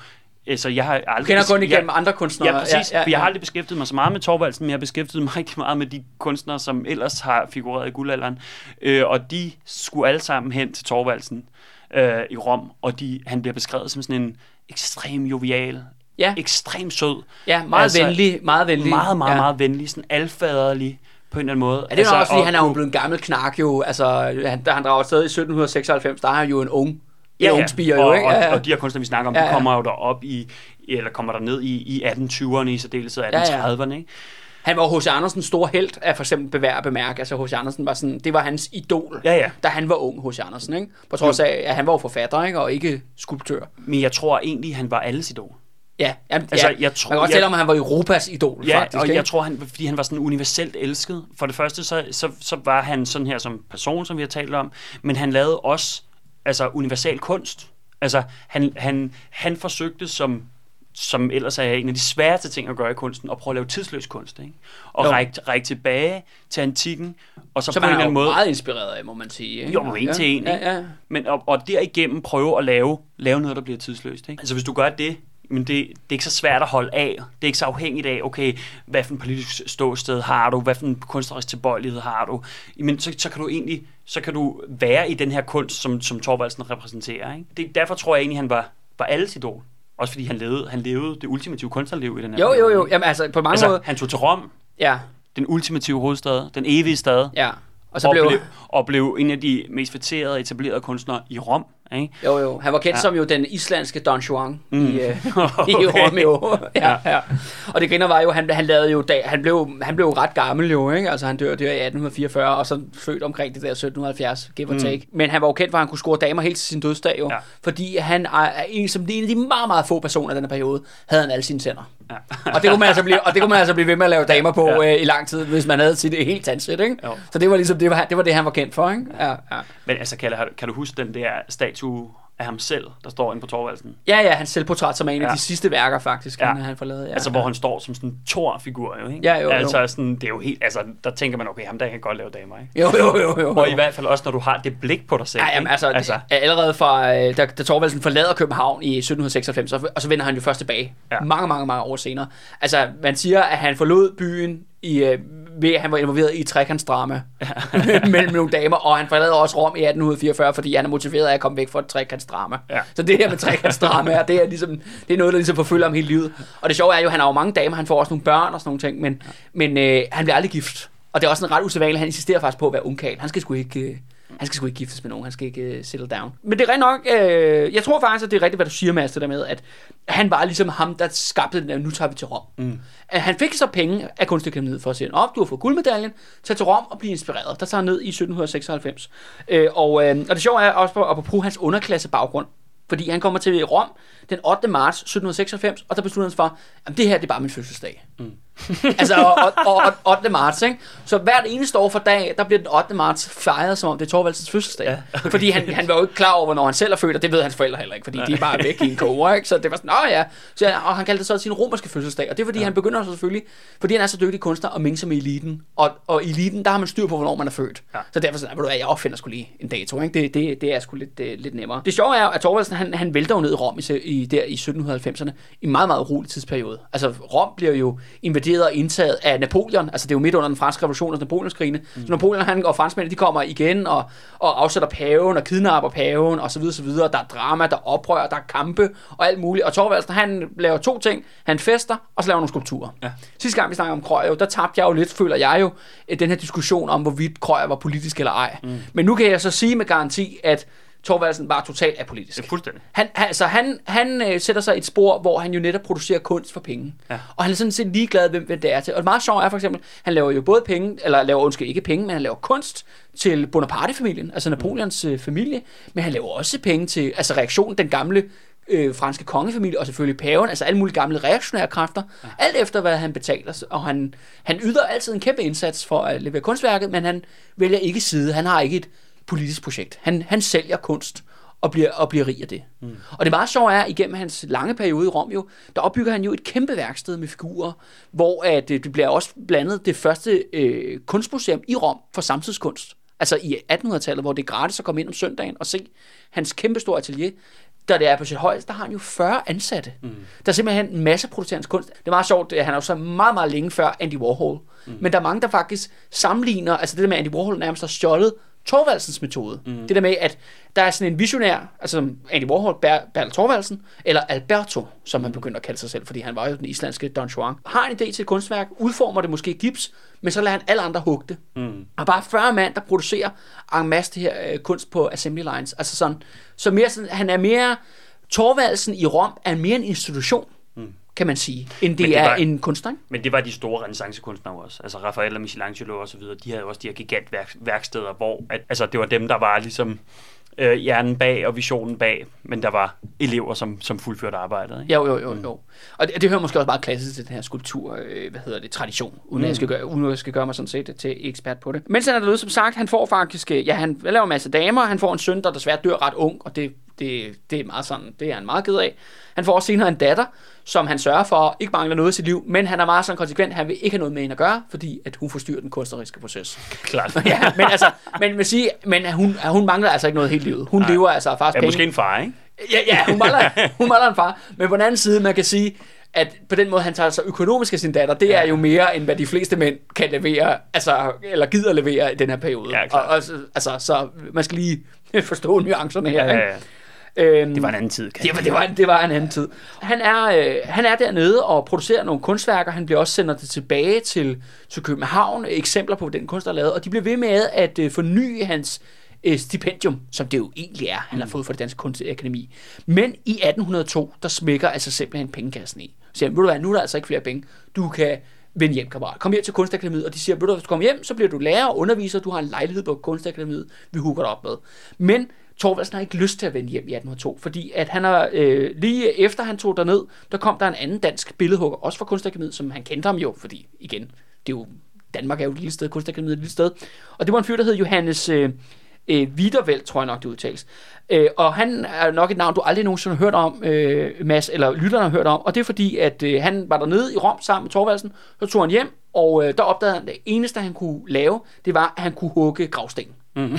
Altså, jeg har aldrig... Du kender kun igennem jeg, andre kunstnere. Ja, præcis. Ja, ja, ja. Jeg har aldrig beskæftiget mig så meget med Thorvaldsen, men jeg har beskæftiget mig rigtig meget med de kunstnere, som ellers har figureret i guldalderen. Øh, og de skulle alle sammen hen til Thorvaldsen øh, i Rom, og de, han bliver beskrevet som sådan en ekstrem jovial, ja. ekstrem sød. Ja, meget altså, venlig, meget venlig. Meget, meget, ja. meget venlig. Sådan alfaderlig på en eller anden måde. Ja, det er altså, også, fordi og, han er jo blevet en gammel knak jo. Altså, han, da han drager afsted i sytten seksoghalvfems, der er han jo en ung. Ja, ja. Spiger, jo, ikke? Og, ja, ja. og de her kunstnere, vi snakker om, ja, ja. de kommer jo derop i, eller kommer der ned i, i atten tyverne, i særdeleshed atten trediverne, ja, ja. Ikke? Han var H C Andersens store helt, af for eksempel bevær at bemærke. Altså H C Andersen var sådan, det var hans idol, ja, ja. da han var ung, H C Andersen, ikke? På trods af, at han var jo forfatter, ikke? Og ikke skulptør. Men jeg tror egentlig, han var alles idol. Ja, jamen, altså, ja. Jeg tror, man kan også tale om, at han var Europas idol, ja, faktisk. Og ikke? jeg tror, han, fordi han var sådan universelt elsket. For det første, så, så, så var han sådan her som person, som vi har talt om, men han lavede også altså, universal kunst. Altså, han, han, han forsøgte, som, som ellers er en af de sværeste ting at gøre i kunsten, at prøve at lave tidsløs kunst, ikke? Og række, række tilbage til antikken, og så, så på en eller anden måde... meget inspireret af, må man sige. Ikke? Jo, en ja. til en, ikke? Ja, ja. Men, og, og derigennem prøve at lave, lave noget, der bliver tidsløst, ikke? Altså, hvis du gør det, men det, det er ikke så svært at holde af. Det er ikke så afhængigt af, okay, hvad for en politisk ståsted har du, hvad for en kunstnerisk tilbøjelighed har du. Men så, så kan du egentlig, så kan du være i den her kunst, som, som Thorvaldsen repræsenterer, ikke? Det, derfor tror jeg egentlig, han var, var alles idol. Også fordi han levede, han levede det ultimative kunstnerliv i den her. Jo, jo, jo. Jamen, altså, på mange altså, måder... han tog til Rom. Ja. Den ultimative hovedstad. Den evige stad. Ja. Og så og blev... blev, og blev en af de mest fætterede og etablerede kunstnere i Rom. Ikke? Jo, jo. Han var kendt ja. som jo den islandske Don Juan mm. i, uh, okay. i Rom, jo. ja, ja. Og det griner var jo, han, han lavede jo, da, han blev, han blev ret gammel jo, ikke? Altså han dør der i atten fireogfyrre, og så født omkring det der sytten halvfjerds, give or take. Mm. Men han var jo kendt for, at han kunne score damer helt til sin dødsdag jo. Ja. Fordi han er en, som en af de meget, meget få personer i denne periode, havde han alle sine tænder. Ja. og, det kunne man altså blive, og det kunne man altså blive ved med at lave damer på ja. øh, i lang tid, hvis man havde sit helt tandsæt, ikke? Jo. Så det var ligesom, det var, det var det, han var kendt for, ikke? Ja, ja. Men altså, Kalle, kan du huske den der statue af ham selv, der står inde på Thorvaldsen? Ja, ja, hans selvportræt, som er en af ja. de sidste værker, faktisk, ja. han, han forladet. Ja, altså, hvor han står som sådan en Thor-figur, jo, ikke? Ja, jo, altså, jo. Sådan, det er jo helt, altså, der tænker man, okay, ham der kan godt lave damer, ikke? Jo, jo, jo, jo. Og i hvert fald også, når du har det blik på dig selv, ja, jamen, altså, altså. Det, allerede fra, da, da Thorvaldsen forlader København i sytten seksoghalvfems, og, og så vender han jo først tilbage, ja. mange, mange, mange år senere. Altså, man siger, at han forlod byen i... ved at han var involveret i et trekantsdrama mellem nogle damer, og han forlader også Rom i atten fireogfyrre, fordi han er motiveret af at komme væk fra et trekantsdrama. Ja. Så det her med trekantsdrama, det er ligesom det er noget, der ligesom forfølger ham hele livet. Og det sjove er jo, at han har jo mange damer, han får også nogle børn og sådan nogle ting, men, ja. men øh, han bliver aldrig gift. Og det er også en ret usædvanligt, han insisterer faktisk på at være ungkarl. Han skal sgu ikke... Øh, Han skal sgu ikke giftes med nogen, han skal ikke uh, settle down. Men det er rent nok, øh, jeg tror faktisk, at det er rigtigt, hvad du siger, Mads, det der med, at han var ligesom ham, der skabte den der, nu tager vi til Rom. Mm. Han fik så penge af Kunstakademiet for at sige, op, du har fået guldmedaljen, tag til Rom og blive inspireret. Der tager han ned i sytten seksoghalvfems. Øh, og, øh, og det sjove er også på, at bruge hans underklasse baggrund. Fordi han kommer til Rom den ottende marts sytten seksoghalvfems, og der beslutter han for, at det her det er bare min fødselsdag. Mm. altså og, og, og, ottende marts, ikke? Så hvert eneste år for dag, der bliver den ottende marts fejret, som om det er Thorvaldsens fødselsdag. Ja, okay. Fordi han, han var jo ikke klar over, når han selv er født, og det ved hans forældre heller ikke, fordi Nej. de er bare væk i en koger, ikke? Så det var sådan, åh ja. Så, og han kaldte det så sin romerske fødselsdag, og det er fordi, ja. han begynder så selvfølgelig, fordi han er så dygtig kunstner, at minge sig med eliten. Og, og i eliten, der har man styr på, hvornår man er født. Ja. Så derfor sådan, ved du hvad, jeg opfinder sgu lige en dato, ikke? Det, det, det er sgu lidt, det, lidt nemmere. Det sjove er, at Thorvaldsen, han, han vælter jo ned i Rom i, i, der i sytten halvfemserne, i en meget, meget urolig tidsperiode. Altså, Rom bliver jo invaderet og indtaget af Napoleon, altså det er jo midt under den franske revolution og Napoleonskrigene. Mm. Så Napoleon han og franskmændene, de kommer igen og, og afsætter paven og kidnapper paven og så videre, så videre. Der er drama, der er oprør, der er kampe og alt muligt. Og Thorvaldsen, han laver to ting. Han fester, og så laver nogle skulpturer. Ja. Sidste gang vi snakkede om Krøyer, der tabte jeg jo lidt, føler jeg jo, den her diskussion om, hvorvidt Krøyer var politisk eller ej. Mm. Men nu kan jeg så sige med garanti, at Thorvaldsen var totalt apolitisk. Det er fuldstændig. Han, altså, han, han øh, sætter sig i et spor, hvor han jo netop producerer kunst for penge. Ja. Og han er sådan set ligeglad, hvem, hvem det er til. Og det meget sjovt er for eksempel, han laver jo både penge, eller laver undskyld ikke penge, men han laver kunst til Bonaparte-familien, altså Napoleons øh, familie, men han laver også penge til, altså reaktionen, den gamle øh, franske kongefamilie, og selvfølgelig paven, altså alle mulige gamle reaktionære kræfter, ja. alt efter hvad han betaler. Og han, han yder altid en kæmpe indsats for at levere kunstværket, men han vælger ikke side. Han har ikke et politisk projekt. Han, han sælger kunst og bliver, og bliver rig af det. Mm. Og det meget sjove er, igennem hans lange periode i Rom jo, der opbygger han jo et kæmpe værksted med figurer, hvor at, det bliver også blandet det første øh, kunstmuseum i Rom for samtidskunst. Altså i attenhundredetallet, hvor det er gratis at komme ind om søndagen og se hans kæmpestore atelier, da det er på sit højeste, der har han jo fyrre ansatte. Mm. Der er simpelthen en masse producerende kunst. Det er meget sjovt, han er jo så meget, meget længe før Andy Warhol. Mm. Men der er mange, der faktisk sammenligner, altså det der med Andy Warhol nærmest har stjålet Thorvaldsens metode. Mm. Det der med, at der er sådan en visionær, altså Andy Warhol, Ber- Bertel Thorvaldsen, eller Alberto, som han begyndte at kalde sig selv, fordi han var jo den islandske Don Juan, har en idé til et kunstværk, udformer det måske i gips, men så lader han alle andre hugge det. Mm. Og bare fyrre mand, der producerer en masse det her øh, kunst på assembly lines. Altså sådan, så mere sådan, han er mere, Thorvaldsen i Rom er mere en institution, mm. kan man sige, end det, det er var, en kunstner. Men det var de store renæssancekunstnere også. Altså Raphael og Michelangelo og så videre, de havde også de her gigantværksteder, hvor at, altså, det var dem, der var ligesom øh, hjernen bag og visionen bag, men der var elever, som, som fuldførte arbejdet. Ikke? Jo, jo, jo, jo. Og det, det hører måske også meget klassisk til den her skulptur, øh, hvad hedder det, tradition, uden, mm. at jeg skal gøre, uden at jeg skal gøre mig sådan set til ekspert på det. Mens han er derude, som sagt, han får faktisk, ja, han laver en masse damer, han får en søn, der desværre dør ret ung, og det, det, det er meget sådan, det er han meget ked af. Han får også senere en datter, som han sørger for ikke mangler noget i sit liv, men han er meget sådan konsekvent, han vil ikke have noget med hende at gøre, fordi at hun forstyrrer den kunstneriske proces. Klart. Ja, men altså, men vil sige, men hun, hun mangler altså ikke noget helt livet. Hun Nej. lever altså faktisk ja, penge. Måske en far, ikke? Ja, ja, hun mangler, hun mangler en far. Men på den anden side, man kan sige, at på den måde, han tager sig økonomisk af sin datter, det ja. er jo mere, end hvad de fleste mænd kan levere, altså, eller gider levere i den her periode. Ja, og, og, altså, så man skal lige forstå nuancerne her, ja, ja, ja. ikke? Øhm, det var en anden tid. Det var, det, var, det var en anden tid. Han er, øh, han er dernede og producerer nogle kunstværker. Han bliver også sendt det tilbage til, til København. Eksempler på, den kunst, der er lavet. Og de bliver ved med at øh, forny hans øh, stipendium, som det jo egentlig er, han har fået fra det Danske Kunstakademi. Men i atten hundrede og to, der smækker altså simpelthen pengekassen i. Så siger han, ved du hvad, nu er der altså ikke flere penge. Du kan vende hjem, kammerat. Kom hjem til Kunstakademiet, og de siger, ved du, hvis du kommer hjem, så bliver du lærer og underviser. Du har en lejlighed på Kunstakademiet. Vi hugger dig op med. Men Thorvaldsen har ikke lyst til at vende hjem i atten hundrede og to, fordi at han har, øh, lige efter han tog derned, der kom der en anden dansk billedhugger, også fra Kunstakademiet, som han kendte ham jo, fordi igen, det er jo, Danmark er jo et lille sted, Kunstakademiet er et lille sted, og det var en fyr, der hed Johannes øh, øh, Widervelt, tror jeg nok, det udtales. Øh, og han er nok et navn, du aldrig nogensinde har hørt om, øh, Mads, eller lytterne har hørt om, og det er fordi, at øh, han var dernede i Rom sammen med Thorvaldsen, så tog han hjem, og øh, der opdagede han, at det eneste, han kunne lave, det var, at han kunne hugge gravsten. Mm.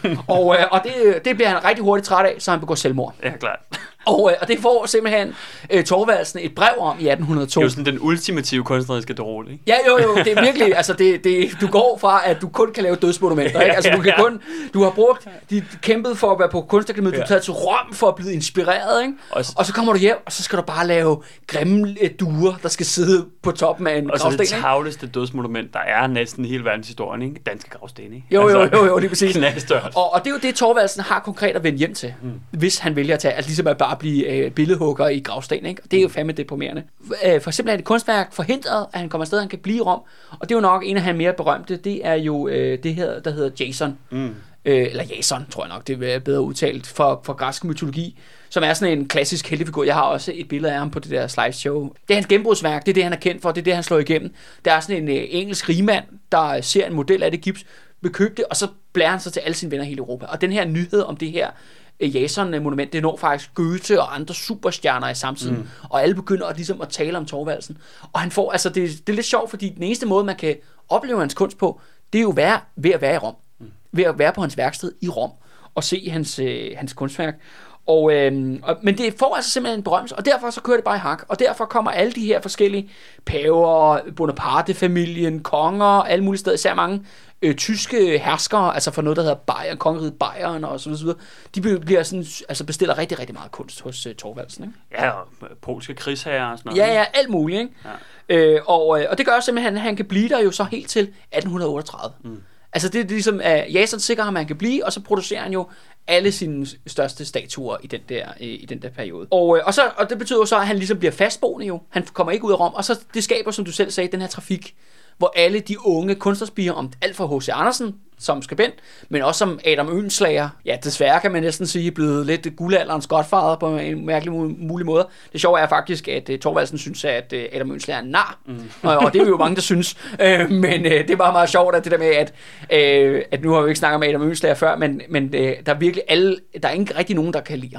og øh, og det, det bliver han rigtig hurtigt træt af, så han begår selvmord. Ja, klart. Og, øh, og det får simpelthen øh, Thorvaldsen et brev om i atten hundrede og to. Det er jo sådan den ultimative kunstneriske drol, ikke? Ja, jo, jo, det er virkelig, altså det, det, du går fra, at du kun kan lave dødsmonumenter, ikke? Altså du kan kun, du har brugt, de kæmpet for at være på Kunstakademiet, ja. Du er taget til Rom for at blive inspireret, ikke? Og så, og så kommer du hjem, og så skal du bare lave grimme duer, der skal sidde på toppen af en og gravsten, og så det tavleste dødsmonument, der er næsten hele verdenshistorien, ikke? Danske gravsten, ikke? Jo, jo, jo, jo, jo, det er præcis. Og, og det er jo det, Thorvaldsen har konkret at vende hjem til, mm. hvis han vælger at tage, altså ligesom at bare blive øh, billedhugger i gravsten, ikke? Og det er jo fandme deprimerende. Øh, for eksempel er et kunstværk forhindret, at han kommer afsted, han kan blive i Rom, og det er jo nok en af hans mere berømte, det er jo øh, det her, der hedder Jason. Mm. Øh, eller Jason, tror jeg nok, det er bedre udtalt, for, for græsk mytologi, som er sådan en klassisk heltefigur. Jeg har også et billede af ham på det der slideshow. Det er hans gennembrudsværk, det er det, han er kendt for, det er det, han slår igennem. Der er sådan en øh, engelsk rigmand, der ser en model af det gips, vil købe det, og så blærer han sig til alle sine venner i hele Europa. Og den her nyhed om det her Jason-monument, det når faktisk Goethe og andre superstjerner i samtiden, mm. og alle begynder at, ligesom, at tale om Thorvaldsen. Og han får, altså det, det er lidt sjovt, fordi den eneste måde, man kan opleve hans kunst på, det er jo være, ved at være i Rom. Mm. Ved at være på hans værksted i Rom, og se hans, øh, hans kunstværk. Og, øh, og, men det får altså simpelthen en berømmelse, og derfor så kører det bare i hak, og derfor kommer alle de her forskellige paver, Bonaparte-familien, konger, alle mulige steder, især mange øh, tyske herskere, altså for noget, der hedder Bayern, kongeriget Bayern og så videre, de bliver sådan, altså bestiller rigtig, rigtig meget kunst hos øh, Thorvaldsen, ikke? Ja, og polske krigsherrer og sådan noget. Ja, ja, alt muligt, ikke? Ja. Øh, og, og det gør simpelthen, at han kan blive der jo så helt til atten otteogtredive. Mm. Altså det er ligesom, at Jason sikrer ham, at han kan blive, og så producerer han jo alle sine største statuer i den der, i den der periode. Og, og, så, og det betyder jo så, at han ligesom bliver fastboende jo. Han kommer ikke ud af Rom, og så det skaber, som du selv sagde, den her trafik, hvor alle de unge kunstnerspirer, om alt fra H C Andersen som skribent, men også som Adam Oehlenschläger, ja desværre kan man næsten sige, blevet lidt guldalderens godfader på en mærkelig mulig måde. Det sjove er faktisk, at uh, Thorvaldsen synes, at uh, Adam Oehlenschläger er en nar, mm. og, og det er jo mange, der synes. Uh, men uh, det var meget sjovt, at det der med, at, uh, at nu har vi ikke snakket om Adam Oehlenschläger før, men, men uh, der er virkelig alle, der er ikke rigtig nogen, der kan lide ham.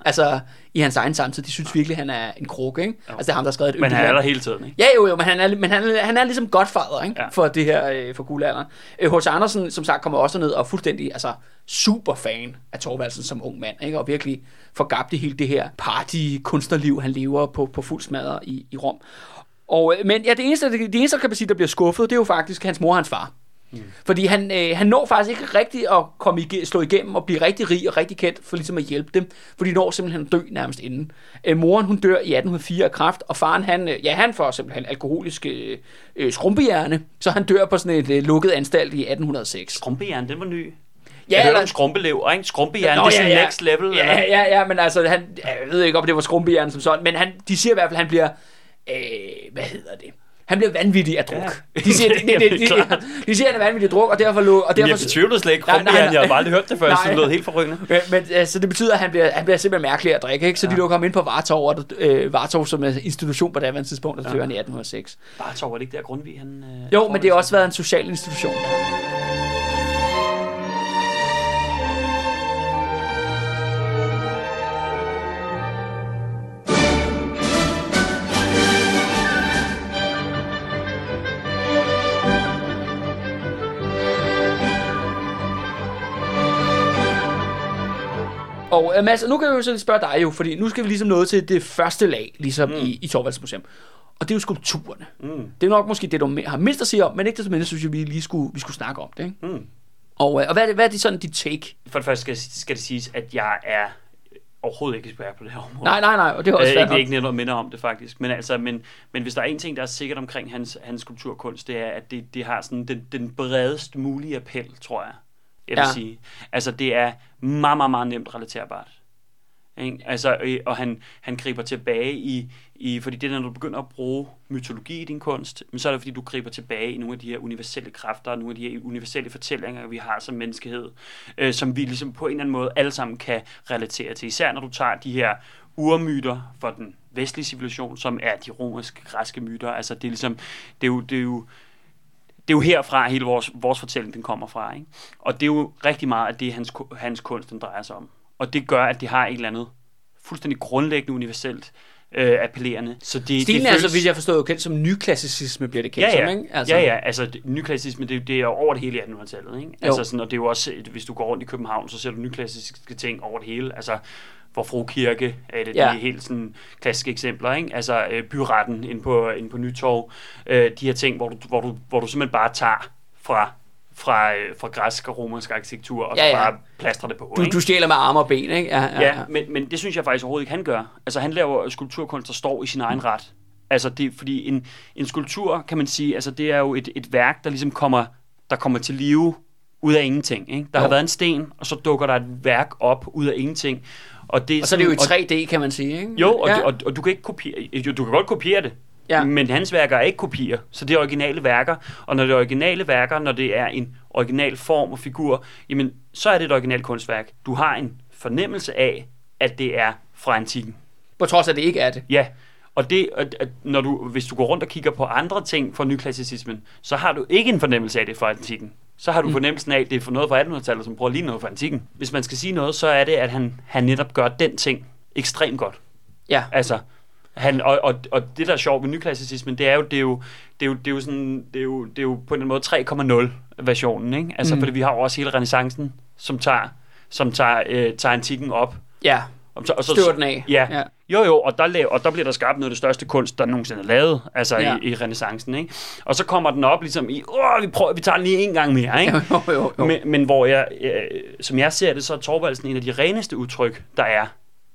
Altså, i hans egen samtid, de synes virkelig, han er en krukke, ikke? Jo. Altså, det er ham, der har skrevet et Men han er der hele tiden, ikke? Ja, jo, jo, men han er, men han er, han er ligesom godfather, ikke? Ja. For det her, øh, for guldalderen. H C. Andersen, som sagt, kommer også ned og er fuldstændig, altså, super fan af Thorvaldsen som ung mand, ikke? Og virkelig forgabt i hele det her party-kunstnerliv, han lever på, på fuld smadre i, i Rom. Og, men ja, det eneste, det, det eneste, kan man sige, der bliver skuffet, det er jo faktisk hans mor og hans far. Mm. Fordi han, øh, han når faktisk ikke rigtigt at komme ig- slå igennem og blive rigtig rig og rigtig kendt for ligesom at hjælpe dem, for de når simpelthen at dø nærmest inden. Øh, moren, hun dør i atten hundrede og fire af kræft, og faren, han, øh, ja, han får simpelthen alkoholisk øh, øh, skrumpehjerne, så han dør på sådan et øh, lukket anstalt i atten hundrede og seks. Skrumpehjerne, den var ny. Ja, jeg eller... hørte om skrumpelev, ikke? Skrumpehjerne, det er sådan ja, ja. next level. Ja, eller? ja, ja, men altså, han, jeg ved ikke, om det var skrumpehjerne som sådan, men han, de siger i hvert fald, at han bliver, øh, hvad hedder det? Han bliver vanvittig af druk. Ja. De siger, de, de, de, de, de, de siger, at han er vanvittig af druk, og derfor... Og derfor jeg betvivler slet ikke Krumpehjerne, jeg har bare aldrig hørt det før, så det lød helt forrygende. Men, men altså, det betyder, at han bliver, han bliver simpelthen mærkelig at drikke, ikke? Så ja. de lukker ham ind på Vartov, og øh, Vartov som er institution på det daværende tidspunkt, der ja. dør han i atten hundrede og seks. Vartov, var det ikke der Grundtvig, han... Øh, jo, men det har også været en social institution. Og uh, Mads, nu kan jeg jo så spørge dig jo, fordi nu skal vi ligesom nå til det første lag, ligesom mm. i, i Thorvaldsens Museum. Og det er jo skulpturerne. Mm. Det er nok måske det, du har mindst at sige om, men ikke det som mindst, synes jeg, vi lige skulle, vi skulle snakke om det. Ikke? Mm. Og, og hvad, er det, hvad er det sådan, dit take? For det første skal, skal det siges, at jeg er overhovedet ikke ekspert på det her område. Nej, nej, nej, og det er også øh, ikke, ikke noget minder om det faktisk. Men, altså, men, men hvis der er en ting, der er sikkert omkring hans, hans skulpturkunst, det er, at det, det har sådan den, den bredest mulige appel, tror jeg. Jeg vil ja. sige. Altså, det er meget, meget, meget nemt relaterbart. Ikke? Altså, og han, han griber tilbage i, i, fordi det er, når du begynder at bruge mytologi i din kunst, men så er det, fordi du griber tilbage i nogle af de her universelle kræfter, nogle af de her universelle fortællinger, vi har som menneskehed, øh, som vi ligesom på en eller anden måde alle sammen kan relatere til. Især når du tager de her urmyter for den vestlige civilisation, som er de romerske, græske myter. Altså, det er ligesom, det er jo, det er jo Det er jo herfra, hele vores, vores fortælling den kommer fra. Ikke? Og det er jo rigtig meget, at det er hans, hans kunst, den drejer sig om. Og det gør, at det har et eller andet fuldstændig grundlæggende universelt øh, appellerende. Så det, Stilen det er føles... altså, hvis jeg forstår, jo kendt som nyklassicisme, bliver det kendt ja, ja. som, ikke? Altså... Ja, ja, altså nyklassicisme, det, det er over det hele i attenhundredetallet. Ikke? Altså, sådan, og det er jo også, hvis du går rundt i København, så ser du nyklassiske ting over det hele. Altså, Vor Frue Kirke er et af ja. de helt sådan, klassiske eksempler. Ikke? Altså øh, byretten inde på, inde på Nytorv. Øh, de her ting, hvor du, hvor, du, hvor du simpelthen bare tager fra... Fra, øh, fra græsk og romersk arkitektur, og ja, ja. så bare plastrer det på. Du, ikke? du stjæler med arme og ben, ikke? Ja, ja, ja, ja. Men, men det synes jeg faktisk overhovedet ikke, han gør. Altså, han laver skulpturkunst, der står i sin egen ret. Altså, det, fordi en, en skulptur, kan man sige, altså, det er jo et, et værk, der ligesom kommer, der kommer til live ud af ingenting. Ikke? Der jo. har været en sten, og så dukker der et værk op ud af ingenting. Og, det er og så er det jo i tre D, kan man sige, ikke? Jo, og, ja. og, og du kan ikke kopiere, jo, du kan godt kopiere det. Ja. Men hans værker er ikke kopier, så det er originale værker, og når det er originale værker, når det er en original form og figur, jamen, så er det et originalt kunstværk. Du har en fornemmelse af, at det er fra antikken. På trods af, at det ikke er det. Ja, og det, at når du, hvis du går rundt og kigger på andre ting fra nyklassicismen, så har du ikke en fornemmelse af det fra antikken. Så har du mm. fornemmelsen af, at det er for noget fra attenhundredetallet, som prøver lige noget fra antikken. Hvis man skal sige noget, så er det, at han, han netop gør den ting ekstremt godt. Ja. Altså... Han, og, og, og det der er sjovt med nyklassicismen, det er jo det er jo det er jo det er jo sådan det er jo det er jo på en måde tre komma nul versionen, ikke? Altså mm. fordi vi har jo også hele renæssancen, som tager som tager øh, tager antikken op. Ja. Og så, og så støver den af. Ja. ja. Jo jo, og der laver, og der bliver der skabt noget af det største kunst der nogensinde er lavet, altså ja. i, i renæssancen, ikke? Og så kommer den op ligesom i, åh, vi prøver vi tager den lige en gang mere, ikke? Jo, jo, jo. Men, men hvor jeg øh, som jeg ser det, så er Thorvaldsen en af de reneste udtryk der er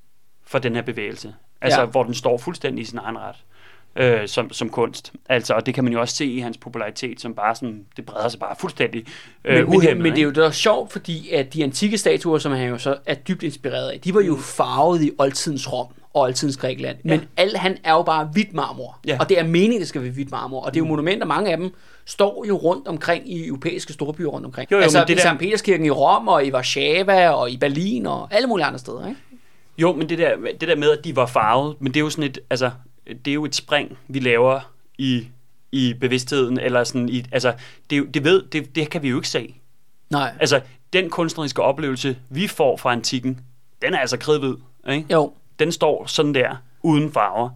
for den her bevægelse. Altså, ja. hvor den står fuldstændig i sin egen ret, øh, som, som kunst. Altså, og det kan man jo også se i hans popularitet, som bare sådan, det breder sig bare fuldstændig øh, men, uhæmmet. Men, men det er jo det er sjovt, fordi at de antikke statuer, som han jo så er dybt inspireret af, de var jo farvet i oldtidens Rom og oldtidens Grækenland. Ja. Men al, han er jo bare hvidt marmor, ja. og det er meningen, det skal være hvidt marmor. Og det er jo mm. monumenter, mange af dem står jo rundt omkring i europæiske storbyer rundt omkring. Jo, jo, altså, i Sankt Peterskirken i Rom, og i Warszawa, og i Berlin, og alle mulige andre steder, ikke? Jo, men det der, det der med, at de var farvet, men det er jo sådan et, altså, det er jo et spring, vi laver i, i bevidstheden, eller sådan i, altså, det, det ved, det, det kan vi jo ikke se. Nej. Altså, den kunstneriske oplevelse, vi får fra antikken, den er altså kridhvid. ikke? Jo. Den står sådan der, uden farver.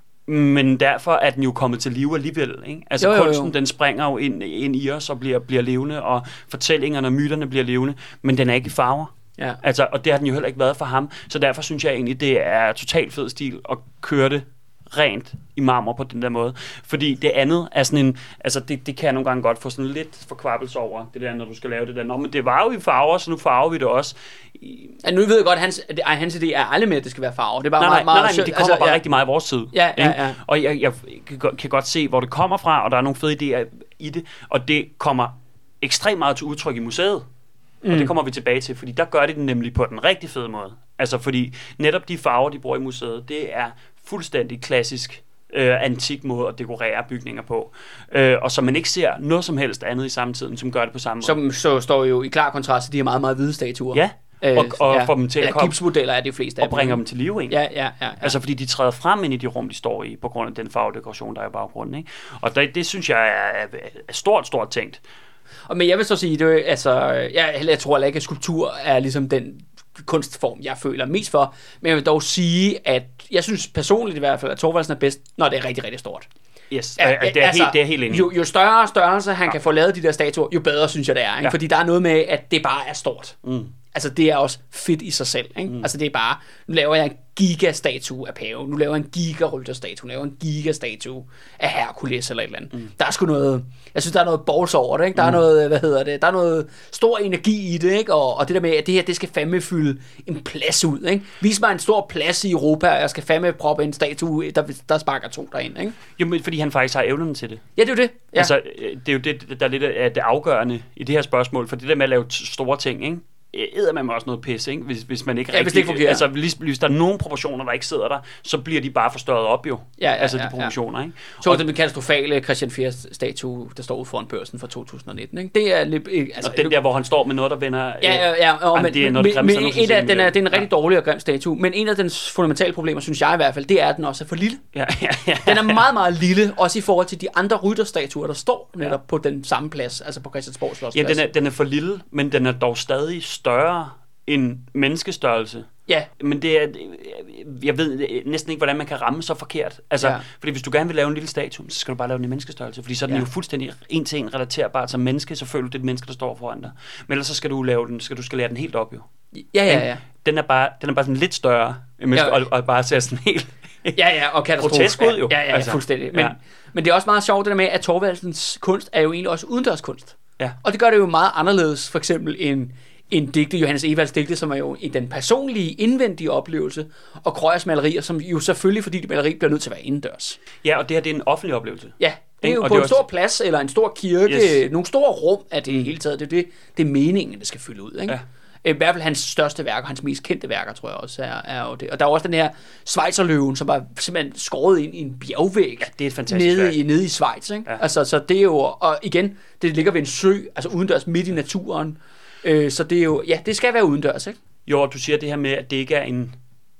Men derfor er den jo kommet til live alligevel, ikke? Altså jo, jo, jo. kunsten, den springer jo ind, ind i os og bliver, bliver levende, og fortællingerne og myterne bliver levende, men den er ikke i farver. Ja. Altså, og det har den jo heller ikke været for ham, så derfor synes jeg egentlig, det er totalt fed stil at køre det rent i marmor på den der måde. Fordi det andet er sådan en, altså det, det kan jeg nogle gange godt få sådan lidt forkvabelse over, det der, når du skal lave det der. Nå, men det var jo i farver, så nu farver vi det også. Ja, nu ved jeg godt, hans, hans idé er aldrig med, at det skal være farver. Det er bare nej, meget, nej, meget nej, men det kommer altså, bare ja. rigtig meget i vores tid. Ja, ja, ja. Og jeg, jeg kan, kan godt se, hvor det kommer fra, og der er nogle fede idéer i det, og det kommer ekstremt meget til udtryk i museet. Mm. Og det kommer vi tilbage til, fordi der gør de den nemlig på den rigtig fede måde. Altså fordi netop de farver, de bruger i museet, det er fuldstændig klassisk øh, antik måde at dekorere bygninger på. Øh, og så man ikke ser noget som helst andet i samtiden, som gør det på samme måde. Som så står jo i klar kontrast til de her meget, meget hvide statuer. Ja, og, og ja. får dem til Eller at komme. gipsmodeller er de fleste af og bringer dem til live egentlig. Ja, ja, ja, ja. Altså fordi de træder frem ind i de rum, de står i, på grund af den farvedekoration, der er i baggrunden. Ikke? Og det, det synes jeg er, er stort, stort tænkt. Og men jeg vil så sige, det er, altså, jeg, jeg tror heller ikke, at skulptur er ligesom den kunstform, jeg føler mest for. Men jeg vil dog sige, at jeg synes personligt i hvert fald, at Thorvaldsen er bedst, når det er rigtig, rigtig stort. Yes, ja, det, er altså, helt, det er helt enig. Jo, jo større størrelse han ja. kan få lavet de der statuer, jo bedre synes jeg det er. Ikke? Ja. Fordi der er noget med, at det bare er stort. Mm. Altså det er også fedt i sig selv. Ikke? Mm. Altså det er bare, nu laver jeg en gigastatue af pave, nu laver jeg en gigarytterstatue, nu laver jeg en gigastatue af Herkules eller et eller andet. Mm. Der er sgu noget, jeg synes der er noget balls over det. Ikke? Der mm. er noget, hvad hedder det, der er noget stor energi i det, ikke? Og, og det der med, at det her, det skal fandme fylde en plads ud. Ikke? Vis mig en stor plads i Europa, og jeg skal fandme proppe en statue, der, der sparker to derind. Ikke? Jo, men fordi han faktisk har evnen til det. Ja, det er jo det. Ja. Altså, det er jo det, der er lidt af det afgørende i det her spørgsmål, for det der med at lave store ting, ikke? Æder man også noget pis, ikke? Hvis, hvis man ikke ja, rigtig... Hvis det ikke fungerer. Altså, hvis, hvis der er nogle proportioner, der ikke sidder der, så bliver de bare forstørret op, jo. Ja, ja, altså, de ja, proportioner, ja. ikke? Så og, den katastrofale Christian Fjers statue, der står ude foran Børsen fra to tusind nitten, ikke? Det er lidt... Altså, og den der, hvor han står med noget, der vender... Ja, ja, ja. Og, men, det er noget, men, men en af, den er, det er en rigtig ja. dårlig og grim statue, men en af dens fundamentale problemer, synes jeg i hvert fald, det er, at den også er for lille. Ja, ja, ja. Den er meget, meget lille, også i forhold til de andre rytterstatuer, der står netop ja. på den samme plads, altså på Christiansborg Slotsplads. Ja, den er, den er for lille, men den er dog stadig større en menneskestørrelse. Ja. Men det er, jeg ved næsten ikke, hvordan man kan ramme så forkert. Altså, ja. Fordi hvis du gerne vil lave en lille statue, så skal du bare lave den i menneskestørrelse, fordi så er den ja. jo fuldstændig en til en relaterbar som menneske, så føler du, det er et menneske, der står foran dig. Men ellers så skal du lave den, skal du skalere den helt op, jo. Ja, ja, ja. Den er bare, den er bare sådan lidt større, ja. og, og bare ser sådan helt... ja, ja, og grotesk ud, jo. Ja, ja, ja, altså, fuldstændig. Men, ja. men det er også meget sjovt, det der med, at Thorvaldsens kunst er jo egentlig også udendørskunst. Ja. Og det gør det jo meget anderledes, for eksempel en en digte, Johannes Evalds digte, som er jo i den personlige, indvendige oplevelse, og Krøyers malerier, som jo selvfølgelig, fordi det maleri bliver nødt til at være indendørs. Ja, og det her, det er en offentlig oplevelse. Ja, det er jo og på en stor også... plads, eller en stor kirke, yes. nogle store rum af det hele taget. Det er det, det er meningen, det skal fylde ud, ikke? Ja. I hvert fald hans største værker, hans mest kendte værker, tror jeg også, er, er jo det. Og der er også den her Schweizerløven, som er simpelthen skåret ind i en bjergvæg. Ja, det er et fantastisk nede i, nede i Schweiz, ikke? Ja. Altså, så det er jo, og igen, det ligger ved en sø, altså udendørs midt i naturen. Så det er jo, ja, det skal være udendørs, ikke? Jo, og du siger det her med, at det ikke er en,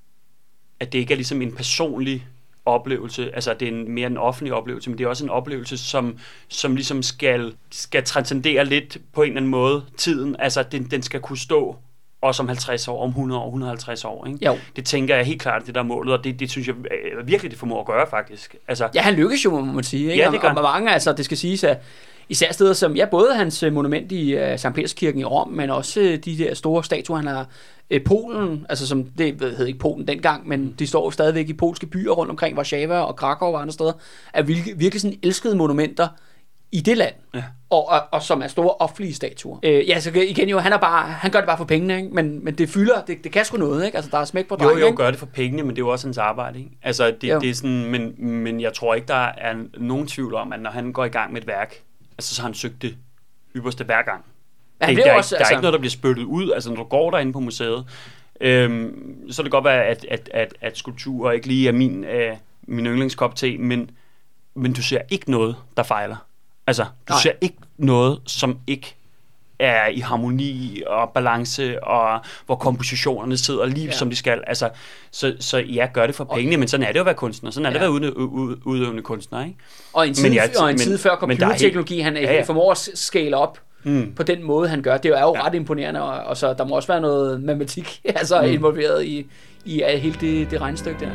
at det ikke er ligesom en personlig oplevelse, altså det er en, mere en offentlig oplevelse, men det er også en oplevelse, som, som ligesom skal, skal transcendere lidt på en eller anden måde tiden, altså den, den skal kunne stå også om halvtreds år, om hundrede år, et hundrede og halvtreds år, ikke? Jo. Det tænker jeg helt klart, det der er målet, og det, det synes jeg virkelig, det formår at gøre, faktisk. Altså, ja, han lykkes jo, må man sige, ikke? Ja, det gør og, og mange, altså, det skal siges, at især steder som, ja, både hans monument i uh, Sankt Peterskirken i Rom, men også uh, de der store statuer, han har i uh, Polen, altså som, det hed ikke Polen dengang, men de står jo stadigvæk i polske byer rundt omkring Warszawa og Krakow og andre steder, er virkelig, virkelig sådan elskede monumenter i det land, ja. og, og, og som er store offentlige statuer. Øh, ja, så igen jo, han er bare, han gør det bare for pengene, ikke? Men, men det fylder, det, det kan sgu noget, ikke? Altså, der er smæk på drengen, Jo, jo, ikke? gør det for pengene, men det er jo også hans arbejde, ikke? Altså, det, det er sådan, men, men jeg tror ikke, der er nogen tvivl om, at når han går i gang med et værk, altså, så har han søgt det ypperste hver gang. Ja, det, det er også, ikke, der altså... er ikke noget, der bliver spyttet ud, altså, når du går derinde på museet, øhm, så kan det godt være, at, at, at, at skulpturer ikke lige er min, øh, min yndlingskop te, men, men du ser ikke noget, der fejler. Altså, du Nej. ser ikke noget, som ikke er i harmoni og balance, og hvor kompositionerne sidder lige, ja. som de skal. Altså, så, så ja, gør det for pengene, men sådan er det jo at være kunstner. Sådan er ja. det at være udøvende, udøvende kunstner, ikke? Og en tid, men, ja, og en tid men, før computerteknologi, han ja, ja. formår at scale op mm. på den måde, han gør. Det er jo ja. ret imponerende, og, og så der må også være noget matematik altså, mm. involveret i, i uh, hele det, det regnestykke der.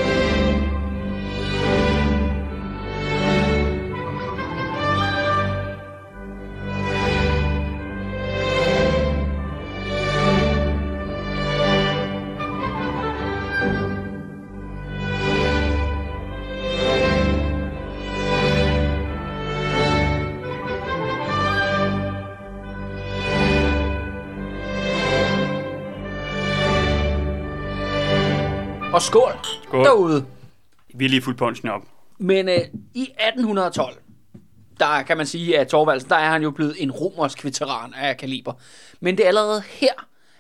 Og skål, skål derude. Vi er lige fuldt punchen op. Men øh, i atten tolv, der kan man sige, at Thorvaldsen, der er han jo blevet en romersk veteran af kaliber. Men det er allerede her,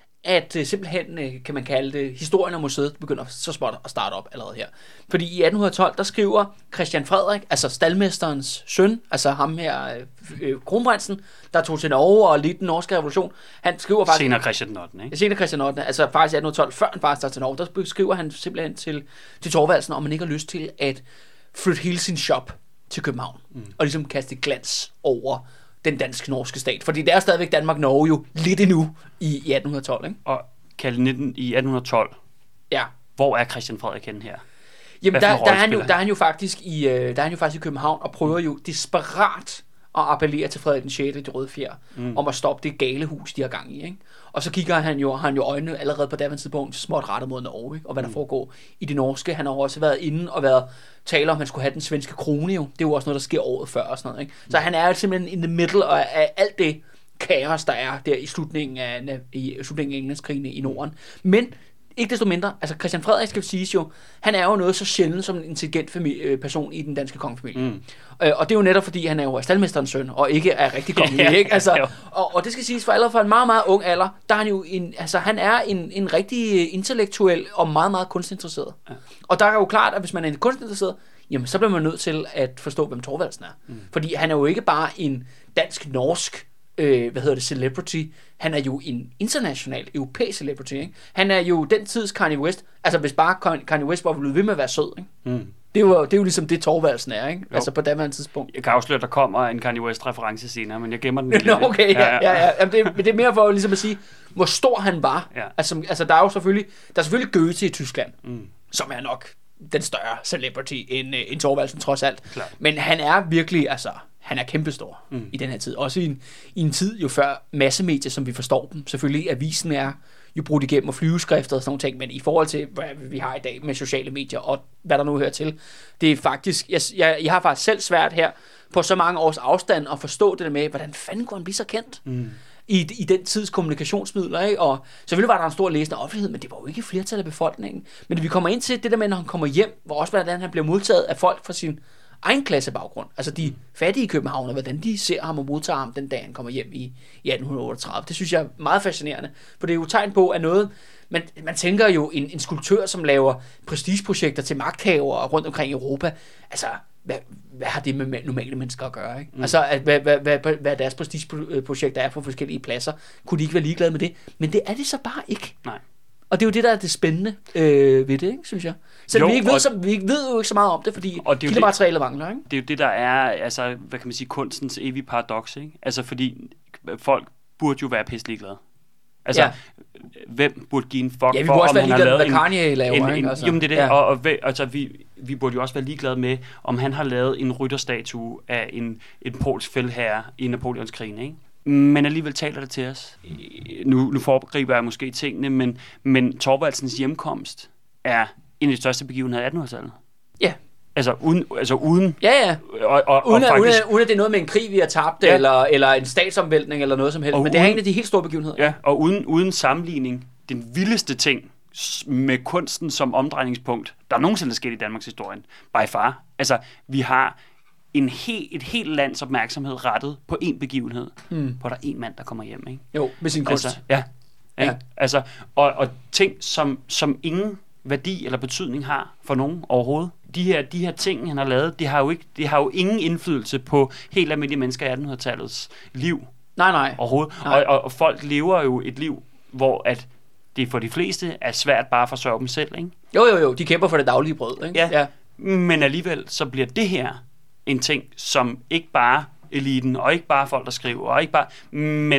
at øh, simpelthen, øh, kan man kalde det, historien om museet begynder så småt at starte op allerede her. Fordi i atten tolv, der skriver Christian Frederik, altså staldmesterens søn, altså ham her, øh, øh, kronprinsen, der tog til Norge og lidt den norske revolution. Han skriver faktisk... Senere Christian den ottende, ikke? Senere Christian den ottende, altså faktisk i atten tolv, før han faktisk tager til Norge, der skriver han simpelthen til, til Thorvaldsen, om man ikke har lyst til at flytte hele sin shop til København, mm. og ligesom kaste glans over den dansk-norske stat. Fordi det er stadigvæk Danmark-Norge jo lidt endnu i, i atten tolv, ikke? Og kalde nitten i atten tolv. Ja. Hvor er Christian Frederik henne her? Jamen, der, der, er han jo, der er han jo faktisk i, der er han jo faktisk i København og prøver jo desperat at appellere til Frederik den sjette, det røde fjer, mm. om at stoppe det gale hus, de har gang i, ikke? Og så kigger han jo, han jo øjnene allerede på daværende tidspunkt småt rettet mod Norge, ikke? Og hvad der mm. foregår i det norske. Han har også været inde og været taler om, at han skulle have den svenske krone jo. Det er jo også noget, der sker året før og sådan noget, ikke? Mm. Så han er simpelthen in the middle af, af alt det kaos, der er der i slutningen af, i slutningen af Englandskrigene i Norden. Men ikke desto mindre, altså Christian Frederik skal siges jo, han er jo noget så sjældent som en intelligent familie, person i den danske kongefamilie. Mm. Øh, og det er jo netop fordi, han er jo staldmesterens søn, og ikke er rigtig kongelig, ikke? Altså, og, og det skal siges for allerede for en meget, meget ung alder, der er han jo en, altså han er en, en rigtig intellektuel og meget, meget kunstinteresseret. Ja. Og der er jo klart, at hvis man er kunstinteresseret, jamen så bliver man nødt til at forstå, hvem Thorvaldsen er. Mm. Fordi han er jo ikke bare en dansk-norsk Øh, hvad hedder det, celebrity. Han er jo en international, europæisk celebrity, ikke? Han er jo den tids Kanye West. Altså, hvis bare Kanye West var blevet ved med at være sød, ikke? Mm. Det, er jo, det er jo ligesom det, Thorvaldsen er, ikke? Jo. Altså, på daværende tidspunkt. Jeg kan afsløre, at der kommer en Kanye West-reference senere, men jeg gemmer den. Nå, okay, ja, ja, ja. ja. Det, det er mere for ligesom at sige, hvor stor han var. Ja. Altså, altså, der er jo selvfølgelig, der er selvfølgelig Goethe i Tyskland, mm. som er nok den større celebrity end, end Thorvaldsen, trods alt. Klar. Men han er virkelig, altså... Han er kæmpestor mm. i den her tid. Også i en, i en tid jo før massemedier, som vi forstår dem. Selvfølgelig, avisen er jo brudt igennem og flyveskrifter og sådan nogle ting, men i forhold til, hvad vi har i dag med sociale medier og hvad der nu hører til, det er faktisk, jeg, jeg, jeg har faktisk selv svært her på så mange års afstand at forstå det der med, hvordan fanden kunne han blive så kendt? Mm. I, i den tids kommunikationsmidler, ikke? Og selvfølgelig var der en stor læsende offentlighed, men det var jo ikke flertal af befolkningen. Men vi kommer ind til det der med, når han kommer hjem, hvor også hvordan han bliver modtaget af folk fra sin egen klassebaggrund, altså de fattige københavner, hvordan de ser ham og modtager ham den dag, han kommer hjem i, i atten otteogtredive. Det synes jeg er meget fascinerende, for det er jo tegn på, at noget, man, man tænker jo, en, en skulptør, som laver prestigeprojekter til magthavere rundt omkring i Europa, altså, hvad, hvad har det med normale mennesker at gøre, ikke? Mm. Altså, at, hvad, hvad, hvad, hvad deres prestigeprojekter er på forskellige pladser, kunne de ikke være ligeglade med det? Men det er det så bare ikke. Nej. Og det er jo det, der er det spændende øh, ved det, ikke, synes jeg. Så vi, ikke ved, så, vi ved jo ikke så meget om det, fordi kildematerialet mangler, ikke? Det er jo det, der er, altså, hvad kan man sige, kunstens evige paradoks, ikke? Altså, fordi folk burde jo være pisselig glade. Altså, ja. Hvem burde give en fuck ja, vi for, om han har lavet en... Kanye laver, en, en, ikke? Altså. Jamen, det er det. Ja. Og, og altså, vi, vi burde jo også være ligeglade med, om han har lavet en rytterstatue af en, en polsk feltherre i Napoleonskrigen, ikke? Men alligevel taler det til os. Nu, nu foregriber jeg måske tingene, men, men Thorvaldsens hjemkomst er en af de største begivenheder af attenhundredetallet. Ja. Altså uden... Altså uden ja, ja. Og, og, uden, og faktisk, uden, uden at det er noget med en krig, vi har tabt, ja. eller, eller en statsomvæltning, eller noget som helst. Men uden, det er en af de helt store begivenheder. Ja, og uden, uden sammenligning, den vildeste ting med kunsten som omdrejningspunkt, der nogensinde er sket i Danmarks historie, by far. Altså, vi har... En he, et helt lands opmærksomhed rettet på én begivenhed, mm. hvor der er en mand, der kommer hjem, ikke? Jo, med sin kunst. Altså, ja. ja. Altså, og, og ting, som, som ingen værdi eller betydning har for nogen overhovedet. De her, de her ting, han har lavet, de har jo, ikke, de har jo ingen indflydelse på helt almindelige mennesker i attenhundredetallets liv. Nej, nej. Overhovedet. Nej. Og, og, og folk lever jo et liv, hvor at det for de fleste er svært bare at forsørge dem selv, ikke? Jo, jo, jo. De kæmper for det daglige brød, ikke? Ja. ja. Men alligevel, så bliver det her en ting, som ikke bare eliten, og ikke bare folk, der skriver, og ikke bare, men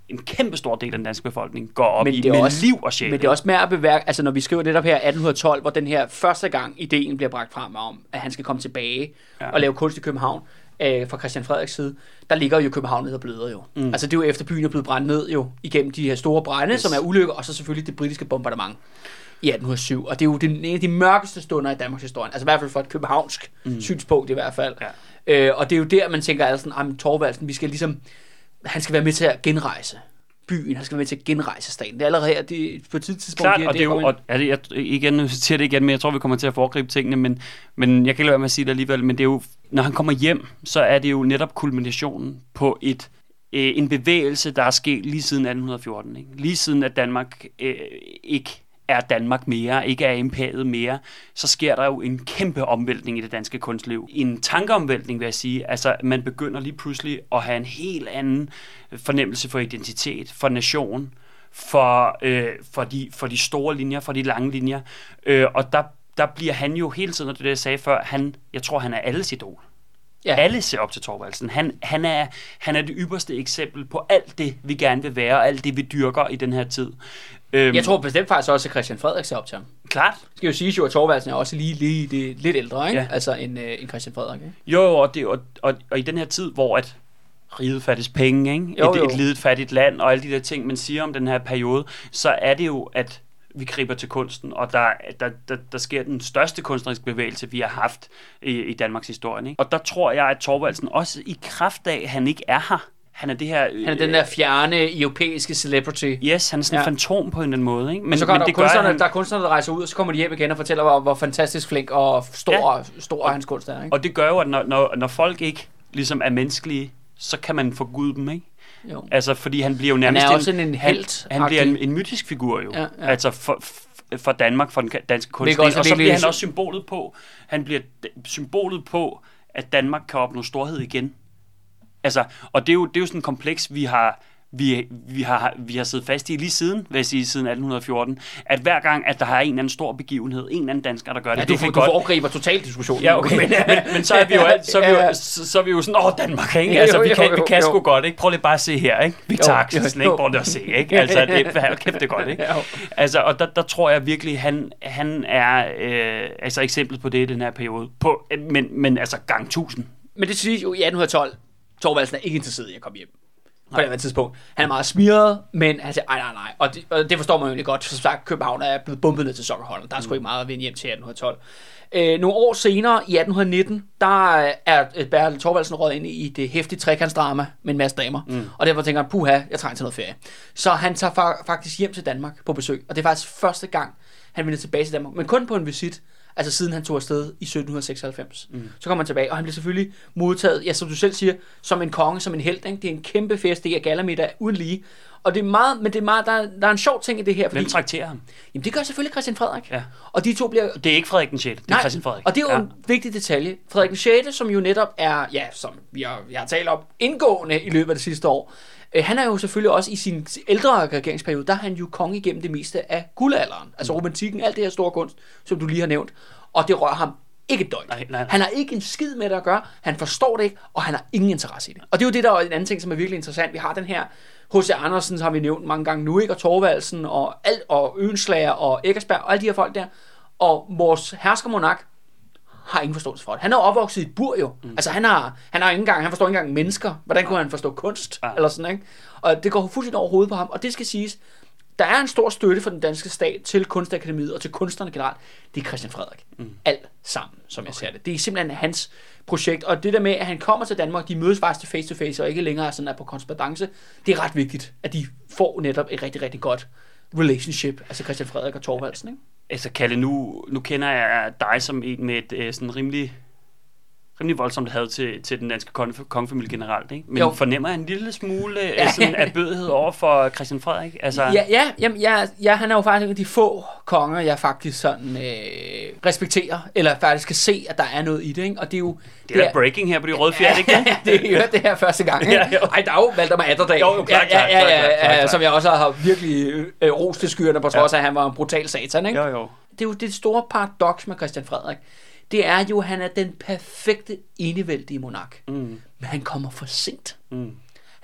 en kæmpe stor del af den danske befolkning går op men i det er med også, liv og sjæl. Men det er også med at beværke, altså når vi skriver netop her atten tolv, hvor den her første gang ideen bliver bragt frem om, at han skal komme tilbage ja. og lave kunst i København, øh, fra Christian Frederiks side, der ligger jo København ned og bløder jo. Mm. Altså det er jo efter byen er blevet brændt ned jo, igennem de her store brænde, yes. som er ulykker, og så selvfølgelig det britiske bombardement i atten hundrede og syv, og det er jo den, en af de mørkeste stunder i Danmarks historie, altså i hvert fald fra et københavnsk mm. synspunkt i hvert fald. Ja. Øh, og det er jo der, man tænker altså sådan, Thorvaldsen, vi skal ligesom, han skal være med til at genrejse byen, han skal være med til at genrejse staten. Det er allerede her, det, på et tidspunkt... Klart, de og det er jo, og, er det, jeg, igen, nu siger det igen, men jeg tror, vi kommer til at foregribe tingene, men, men jeg kan ikke lade være med at sige det alligevel, men det er jo, når han kommer hjem, så er det jo netop kulminationen på et, øh, en bevægelse, der er sket lige siden atten fjorten. Ikke? Lige siden, at Danmark øh, ikke er Danmark mere, ikke er imperiet mere, så sker der jo en kæmpe omvæltning i det danske kunstliv. En tankeomvæltning, vil jeg sige. Altså, man begynder lige pludselig at have en helt anden fornemmelse for identitet, for nation, for, øh, for, de, for de store linjer, for de lange linjer. Øh, og der, der bliver han jo hele tiden, og det, det jeg sagde før, han, jeg tror, han er alles idol. Ja. Alle ser op til Thorvaldsen. Han, han, er, han er det ypperste eksempel på alt det, vi gerne vil være, og alt det, vi dyrker i den her tid. Øhm, jeg tror bestemt faktisk også, at Christian Frederik ser op til ham. Klart. Skal jo sige, at Thorvaldsen er også lige, lige det, lidt ældre, ikke? Ja. Altså end, øh, end Christian Frederik. Ikke? Jo, og, det, og, og, og i den her tid, hvor at riget fattes penge, ikke? Jo, et, jo. et lidet fattigt land, og alle de der ting, man siger om den her periode, så er det jo, at vi griber til kunsten, og der, der, der, der sker den største kunstneriske bevægelse, vi har haft i, i Danmarks historie. Ikke? Og der tror jeg, at Thorvaldsen også i kraft af, at han ikke er her, han er det her... Han er den der fjerne europæiske celebrity. Yes, han er sådan en ja. fantom på en eller anden måde. Ikke? Men, men så men det der, kunstnerne, han... der er kunstnere, der rejser ud, og så kommer de hjem igen og fortæller, hvor, hvor fantastisk flink og stor, ja. stor og, hans kunst er. Ikke? Og det gør jo, at når, når, når folk ikke ligesom er menneskelige, så kan man forgude dem, ikke? Jo. Altså, fordi han bliver jo nærmest... Han er også en, en helt. Han, han bliver en, en mytisk figur jo. Ja, ja. Altså, for, for Danmark, for den danske kunst. Og så bliver han også symbolet på, han bliver symbolet på, at Danmark kan opnå storhed igen. Altså, og det er jo, det er jo sådan en kompleks, vi har... Vi, vi, har, vi har siddet fast i lige siden, vil jeg sige, siden atten fjorten, at hver gang, at der har en eller anden stor begivenhed, en eller anden dansker, der gør det, ja, det du, kan du godt. foregriber totalt diskussionen. Ja, okay. men, men, men så er vi jo, alt, så er vi jo, så, så er vi jo sådan, åh, Danmark, ikke? Altså, vi kan, vi kan sgu godt, ikke? Prøv lige bare at se her, ikke? Vi tager aksen, ikke? Prøv lige at se, ikke? Altså, det er kæft, det er godt, ikke? Altså, og der, der tror jeg virkelig, han, han er øh, altså eksemplet på det i den her periode. På, men, men altså, gang tusind. Men det siger jo i atten tolv, Thorvaldsen er ikke interesseret i at komme hjem. På det tidspunkt. Han er meget smiret, men han siger, nej, nej, nej. Og det, og det forstår man jo egentlig godt. Som sagt, København er blevet bumpet ned til sokkerholdet. Der er sgu ikke meget at vinde hjem til atten tolv. Øh, nogle år senere, i atten nitten, der er Bertel Thorvaldsen røget ind i det hæftige trekantsdrama med en masse damer. Mm. Og derfor tænker han, puha, jeg trænger til noget ferie. Så han tager faktisk hjem til Danmark på besøg. Og det er faktisk første gang, han vender tilbage til Danmark. Men kun på en visit. Altså siden han tog afsted i sytten seksoghalvfems. Mm. Så kommer han tilbage, og han bliver selvfølgelig modtaget, ja, som du selv siger, som en konge, som en helt. Ikke? Det er en kæmpe fest, det er gallamiddag uden lige. Og det er meget, men det er meget, der, der er en sjov ting i det her. Fordi, hvem trakterer ham? Jamen det gør selvfølgelig Christian Frederik. Ja. Og de to bliver... Det er ikke Frederik den sjette, det er Nej, Christian Frederik. Og det er jo ja. en vigtig detalje. Frederik den sjette, som jo netop er, ja, som vi har, jeg har talt om, indgående i løbet af det sidste år. Øh, han er jo selvfølgelig også i sin ældre regeringsperiode, der er han jo konge igennem det meste af guldalderen. Altså mm. romantikken, alt det her store kunst, som du lige har nævnt. Og det rører ham ikke et døgn. Nej, nej, nej. Han har ikke en skid med det at gøre. Han forstår det ikke, og han har ingen interesse i det. Og det er jo det, der er en anden ting, som er virkelig interessant. Vi har den her H C. Andersen, har vi nævnt mange gange nu, ikke? Og Thorvaldsen, og, alt, og Øenslager, og Eckersberg, og alle de her folk der. Og vores herskermonark har ingen forståelse for det. Han er opvokset i et bur jo. Mm. Altså han har, han har ikke engang, han forstår ikke engang mennesker. Hvordan kunne han forstå kunst? Ja. Eller sådan, ikke? Og det går fuldstændig over hovedet på ham. Og det skal siges, der er en stor støtte fra den danske stat til Kunstakademiet og til kunstnerne generelt. Det er Christian Frederik. Mm. Alt sammen, som jeg okay. ser det. Det er simpelthen hans projekt. Og det der med, at han kommer til Danmark, de mødes faktisk face to face, og ikke længere sådan er på korrespondance, det er ret vigtigt, at de får netop et rigtig, rigtig godt relationship, altså Christian Frederik og Thorvaldsen, ikke? Altså Kalle, nu, nu kender jeg dig som en med et sådan rimelig... rimelig voldsomt had til, til den danske kongefamilie generelt, ikke? Men jo. Fornemmer jeg en lille smule ja. sådan af bødighed over for Christian Frederik? Altså... Ja, ja, jamen, ja, ja, han er jo faktisk en af de få konger, jeg faktisk sådan øh, respekterer, eller faktisk kan se, at der er noget i det, ikke? Og det er jo... Det er der breaking her på de røde fjerde, ikke? Ja, ja, det er jo det her første gang, ikke? Ja, Ej, der er jo Valdemar Atterdag, jo, jo, klar, klar, ja, ja, ja, klar, klar, klar. som jeg også har virkelig øh, rost til skyerne, på trods af, ja. at han var en brutal satan, ikke? Jo, jo. Det er jo det store paradoks med Christian Frederik. Det er jo, at han er den perfekte enevældige monark. Mm. Men han kommer for sent. Mm.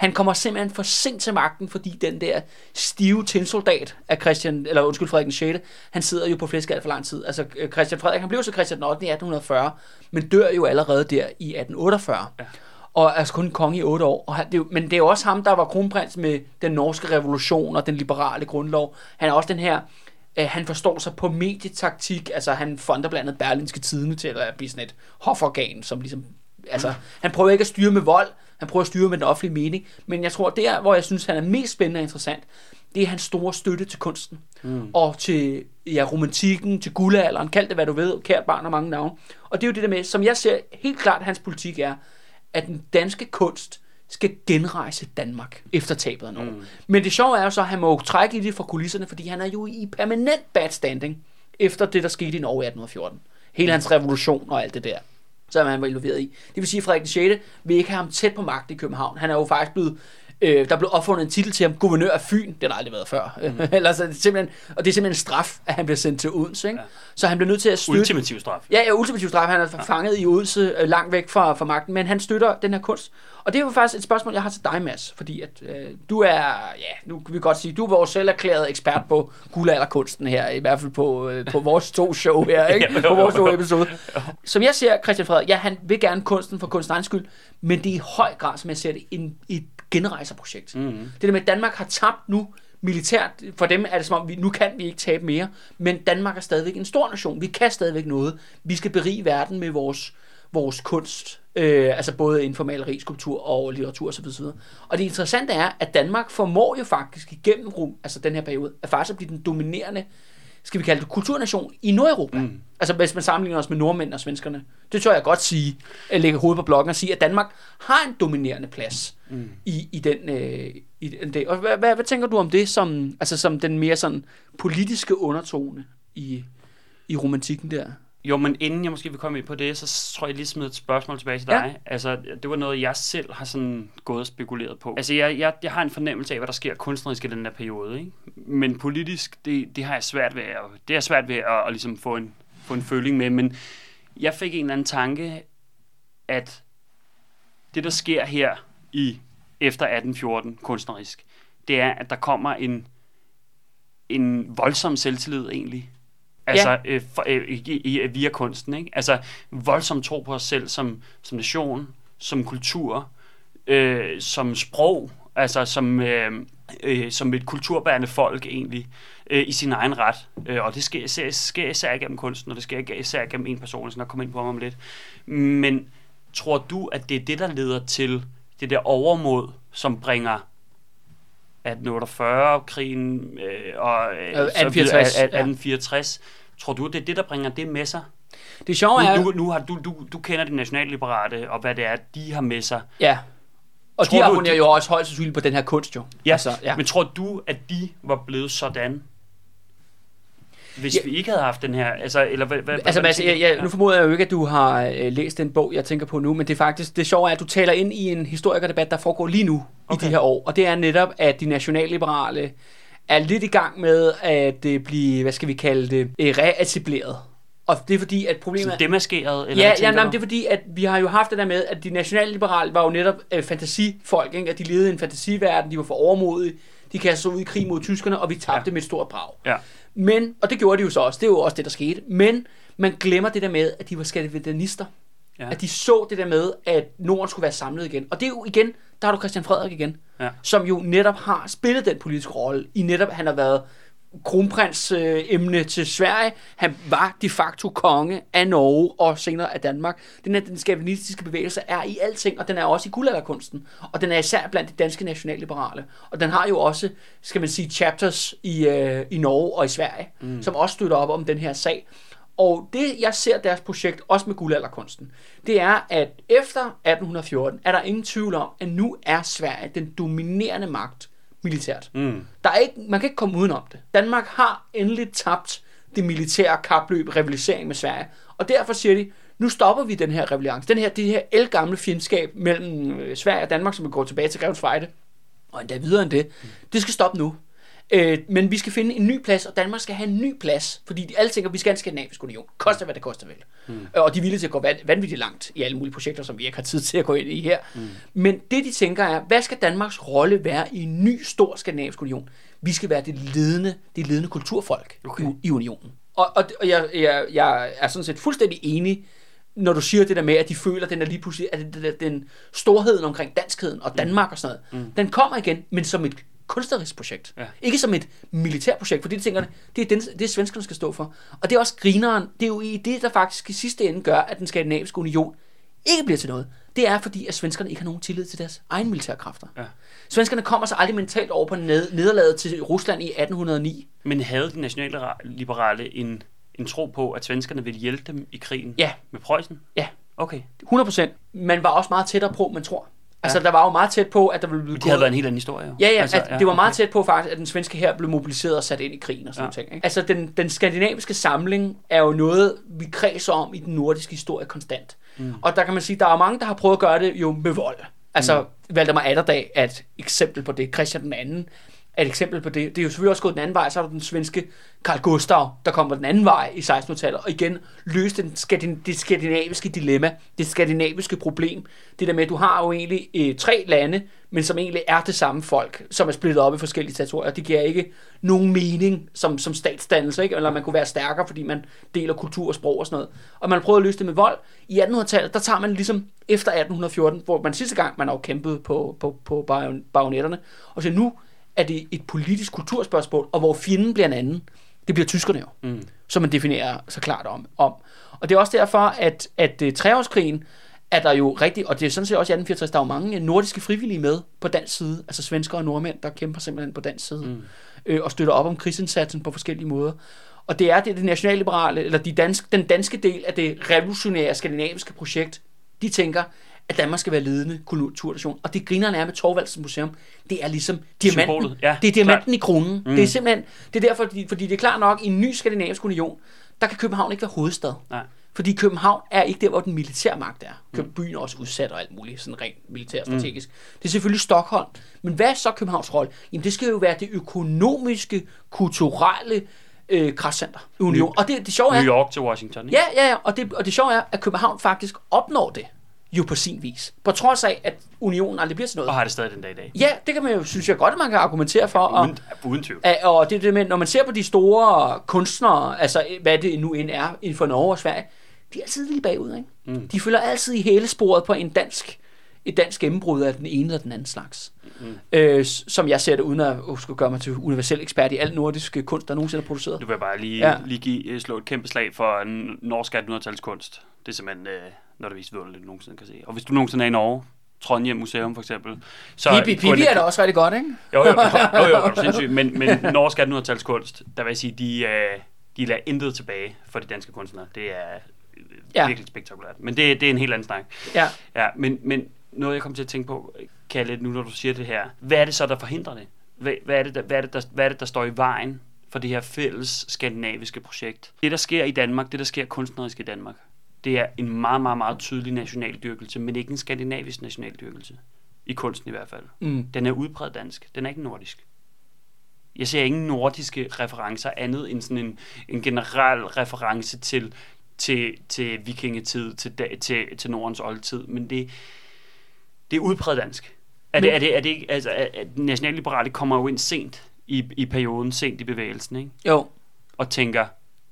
Han kommer simpelthen for sent til magten, fordi den der stive tinsoldat af Christian, eller undskyld, Frederik den sjette, han sidder jo på flæskald for lang tid. Altså Christian Frederik, han blev så Christian den ottende i atten fyrre, men dør jo allerede der i atten otteogfyrre. Ja. Og er altså kun konge i otte år. Og han, det er, men det er jo også ham, der var kronprins med den norske revolution og den liberale grundlov. Han er også den her, øh, han forstår sig på medietaktik, altså han fonder blandt andet Berlingske Tidende til at blive sådan et hoforgan, som ligesom, altså han prøver ikke at styre med vold, han prøver at styre med den offentlige mening, men jeg tror, det er, hvor jeg synes, han er mest spændende og interessant, det er hans store støtte til kunsten, mm. og til ja, romantikken, til guldalderen, kald det hvad du ved, kært barn og mange navne. Og det er jo det der med, som jeg ser helt klart, at hans politik er, at den danske kunst skal genrejse Danmark efter tabet af Norge. Mm. Men det sjove er jo så, at han må trække lidt fra kulisserne, fordi han er jo i permanent bad standing efter det, der skete i Norge i atten fjorten. Hele hans revolution og alt det der, som han var involveret i. Det vil sige, at Frederik den sjette vil ikke have ham tæt på magt i København. Han er jo faktisk blevet, øh, der blev opfundet en titel til ham, guvernør af Fyn. Det har aldrig været før. Mm. Ellers er det simpelthen, og det er simpelthen en straf, at han bliver sendt til Odense. Ikke? Ja. Så han bliver nødt til at støtte... Ultimativ straf. Ja, ja, ultimativ straf. Han er ja. fanget i Odense, øh, langt væk fra, fra magten, men han støtter den her kunst. Og det er jo faktisk et spørgsmål, jeg har til dig, Mads, fordi at øh, du er, ja, nu kan vi godt sige, du er vores selv erklærede ekspert på guldalderkunsten her, i hvert fald på, øh, på vores to show her, ikke? På vores to episode. Som jeg ser, Christian Frederik, ja, han vil gerne kunsten for kunstnerens skyld, men det er i høj grad, som jeg ser det, en, et genrejserprojekt. Mm-hmm. Det der med, at Danmark har tabt nu militært, for dem er det som om, vi, nu kan vi ikke tabe mere, men Danmark er stadigvæk en stor nation, vi kan stadigvæk noget, vi skal berige verden med vores, vores kunst, øh, altså både inden for maleri, skulptur og litteratur osv. Og det interessante er, at Danmark formår jo faktisk igennem rum, altså den her periode, at faktisk at blive den dominerende, skal vi kalde det, kulturnation i Nordeuropa. Mm. Altså hvis man sammenligner os med nordmænd og svenskerne. Det tør jeg godt sige, at lægge hovedet på blokken og sige, at Danmark har en dominerende plads mm. i, i den... Øh, i den og hvad, hvad, hvad tænker du om det som, altså som den mere sådan politiske undertone i, i romantikken der? Jo, men inden jeg måske vil komme ind på det, så tror jeg lige smider et spørgsmål tilbage til dig. Ja. Altså, det var noget, jeg selv har sådan gået og spekuleret på. Altså, jeg, jeg, jeg har en fornemmelse af, hvad der sker kunstnerisk i den her periode, ikke? Men politisk, det, det har jeg svært ved, at, det er svært ved at, at, at ligesom få en, få en føling med. Men jeg fik en eller anden tanke, at det, der sker her i efter atten fjorten kunstnerisk, det er, at der kommer en, en voldsom selvtillid egentlig. Altså ja. øh, for, øh, i, i, via kunsten, ikke? Altså voldsomt tro på os selv som, som nation, som kultur, øh, som sprog, altså som, øh, øh, som et kulturbærende folk egentlig, øh, i sin egen ret. Øh, og det sker, sker, sker især gennem kunsten, og det sker især gennem en person, som der kommer ind på mig om lidt. Men tror du, at det er det, der leder til det der overmod, som bringer atten otteogfyrre-krigen øh, og øh, atten fireogtres. Tror du, det er det, der bringer det med sig? Det sjove er... Nu, nu, har, du, du, du kender de nationalliberale, og hvad det er, de har med sig. Ja, og tror de abonnerer du, jo også højst sandsynligt på den her kunst, jo. Ja, altså, ja, men tror du, at de var blevet sådan, hvis ja. vi ikke havde haft den her, altså, eller hvad, hvad, altså, hvad Mads, jeg, jeg, nu formoder jeg jo ikke, at du har øh, læst den bog, jeg tænker på nu, men det er faktisk, det sjove er, at du taler ind i en historikerdebat, der foregår lige nu, okay, i de her år, og det er netop, at de nationalliberale er lidt i gang med at øh, blive, hvad skal vi kalde det, øh, reetableret. Og det er fordi, at problemet... Så demaskeret? Eller ja, ja nej, det er fordi, at vi har jo haft det der med, at de nationalliberale var jo netop øh, fantasifolk, ikke? At de levede i en fantasiverden, de var for overmodige, de kastede sig ud i krig mod tyskerne, og vi tabte ja. med et stort brag. Ja. Men, og det gjorde de jo så også, det er jo også det, der skete, men man glemmer det der med, at de var skandinavister. Ja. At de så det der med, at Norden skulle være samlet igen. Og det er jo igen, der har du Christian Frederik igen, ja. som jo netop har spillet den politiske rolle, i netop, han har været kronprins øh, emne til Sverige. Han var de facto konge af Norge og senere af Danmark. Den, her, den skandinavistiske bevægelse er i alting, og den er også i guldalderkunsten. Og den er især blandt de danske nationalliberale. Og den har jo også, skal man sige, chapters i, øh, i Norge og i Sverige, mm. som også støtter op om den her sag. Og det, jeg ser deres projekt, også med guldalderkunsten, det er, at efter atten fjorten er der ingen tvivl om, at nu er Sverige den dominerende magt militært. Mm. Der er ikke, man kan ikke komme udenom det. Danmark har endelig tabt det militære kapløb, rivalisering med Sverige. Og derfor siger de, nu stopper vi den her rivalisering. Den her, det her ældgamle fjendskab mellem Sverige og Danmark, som går tilbage til Grevens Fejde, og endda videre end det, mm. det skal stoppe nu. Øh, men vi skal finde en ny plads, og Danmark skal have en ny plads, fordi de alle tænker, at vi skal have en skandinavisk union. Koster hvad det koster vel. Mm. Og de er villige til at gå vanvittigt langt i alle mulige projekter, som vi ikke har tid til at gå ind i her. Mm. Men det de tænker er, hvad skal Danmarks rolle være i en ny stor skandinavisk union? Vi skal være det ledende, det ledende kulturfolk okay. i, i unionen. Og, og, og jeg, jeg, jeg er sådan set fuldstændig enig, når du siger det der med, at de føler, at den er lige pludselig, at den, den storheden omkring danskheden og Danmark og sådan noget, mm. den kommer igen, men som et kunstnerisk projekt. Ja. Ikke som et militærprojekt, for det, de tænker, det er den, det svenskerne skal stå for. Og det er også grineren, det er jo i det, der faktisk i sidste ende gør, at den skandinaviske union ikke bliver til noget. Det er fordi, at svenskerne ikke har nogen tillid til deres egne militærkræfter. Ja. Svenskerne kommer så aldrig mentalt over på ned- nederlaget til Rusland i atten hundrede og ni. Men havde de nationale liberale en, en tro på, at svenskerne ville hjælpe dem i krigen ja. med Preussen? Ja. Okay. hundrede procent. Man var også meget tættere på, man tror. Altså, ja. der var jo meget tæt på, at der ville blive... Det havde været en helt anden historie, jo. Ja, ja, altså, at det var meget okay. tæt på faktisk, at den svenske hær blev mobiliseret og sat ind i krigen og sådan ja. ting. Ikke? Altså, den, den skandinaviske samling er jo noget, vi kredser om i den nordiske historie konstant. Mm. Og der kan man sige, der er mange, der har prøvet at gøre det jo med vold. Altså, mm. Valdemar Atterdag er et eksempel på det. Christian den anden er et eksempel på det. Det er jo selvfølgelig også gået den anden vej. Så er der den svenske Carl Gustav, der kommer den anden vej i sekstenhundredetallet, og igen løste den skandin- det skandinaviske dilemma, det skandinaviske problem. Det der med, at du har jo egentlig øh, tre lande, men som egentlig er det samme folk, som er splittet op i forskellige territorier. Det giver ikke nogen mening som, som statsdannelse, ikke? Eller man kunne være stærkere, fordi man deler kultur og sprog og sådan noget. Og man prøvede at løse det med vold. I attenhundredetallet, der tager man ligesom efter atten fjorten, hvor man sidste gang, man har jo kæmpet på, på, på bajonetterne, og så nu er det et politisk kulturspørgsmål, og hvor fjenden bliver en anden. Det bliver tyskerne jo, mm. som man definerer så klart om. om. Og det er også derfor, at, at uh, treårskrigen er der jo rigtig, og det er sådan set også i atten fireogtres, der er jo mange nordiske frivillige med på dansk side, altså svensker og nordmænd, der kæmper simpelthen på dansk side, mm. øh, og støtter op om krigsindsatsen på forskellige måder. Og det er det, det nationalliberale, eller de danske, den danske del af det revolutionære skandinaviske projekt, de tænker, at Danmark skal være ledende kulturnation. Og det grinerne er med Thorvaldsens Museum, det er ligesom diamanten. Ja, det er diamanten klart. I kronen. Mm. Det er simpelthen, det er derfor, fordi, fordi det er klart nok, i en ny skandinavisk union, der kan København ikke være hovedstad. Nej. Fordi København er ikke der, hvor den militærmagt er. København byen er også udsat og alt muligt, sådan rent militærstrategisk. Mm. Det er selvfølgelig Stockholm. Men hvad er så Københavns rolle? Jamen det skal jo være det økonomiske, kulturelle øh, kraftcenter i union. Og det, det sjove er... New York til Washington, ikke? Ja, ja, ja. Og det, og det sjove er, at København faktisk opnår det. Jo på sin vis. På trods af, at unionen aldrig bliver til noget. Og har det stadig den dag i dag. Ja, det kan man jo, synes jeg godt, at man kan argumentere for. Og, uden, uden tvivl. Og, og det, det med, når man ser på de store kunstnere, altså hvad det nu end er inden for Norge og Sverige, de er altid lige bagud, ikke? Mm. De følger altid i hælesporet på en dansk, et dansk gennembrud af den ene eller den anden slags. Mm. Øh, som jeg ser det, uden at uh, skulle gøre mig til universel ekspert i al nordisk kunst, der nogensinde er produceret. Du vil bare lige, ja. lige give, slå et kæmpe slag for en norsk attenhundredetalls kunst. Det er simpelthen... Øh når det vist vidunderligt, du nogensinde kan se. Og hvis du nogensinde er i Norge, Trondheim Museum for eksempel, så... Pippi, Pippi er da også rigtig godt, ikke? Jo, jo, jo, jo, jo, jo sindssygt. Men, men norsk attenhundredetalls kunst, der vil jeg sige, de, de lader intet tilbage for de danske kunstnere. Det er ja. virkelig spektakulært. Men det, det er en helt anden snak. Ja. Ja, men, men noget, jeg kommer til at tænke på, Kalle, nu når du siger det her, hvad er det så, der forhindrer det? Hvad, hvad, er, det, der, hvad, er, det, der, hvad er det, der står i vejen for det her fælles skandinaviske projekt? Det, der sker i Danmark, det, der sker kunstnerisk i Danmark, det er en meget, meget, meget tydelig nationaldyrkelse, men ikke en skandinavisk nationaldyrkelse. I kunsten i hvert fald. Mm. Den er udbredt dansk. Den er ikke nordisk. Jeg ser ingen nordiske referencer andet end sådan en, en generel reference til, til, til vikingetid, til, til, til Nordens oldtid, men det, det er udbredt dansk. Er det, er det, er det ikke, altså, at nationalliberale kommer jo ind sent i, i perioden, sent i bevægelsen, ikke? Jo. Og tænker,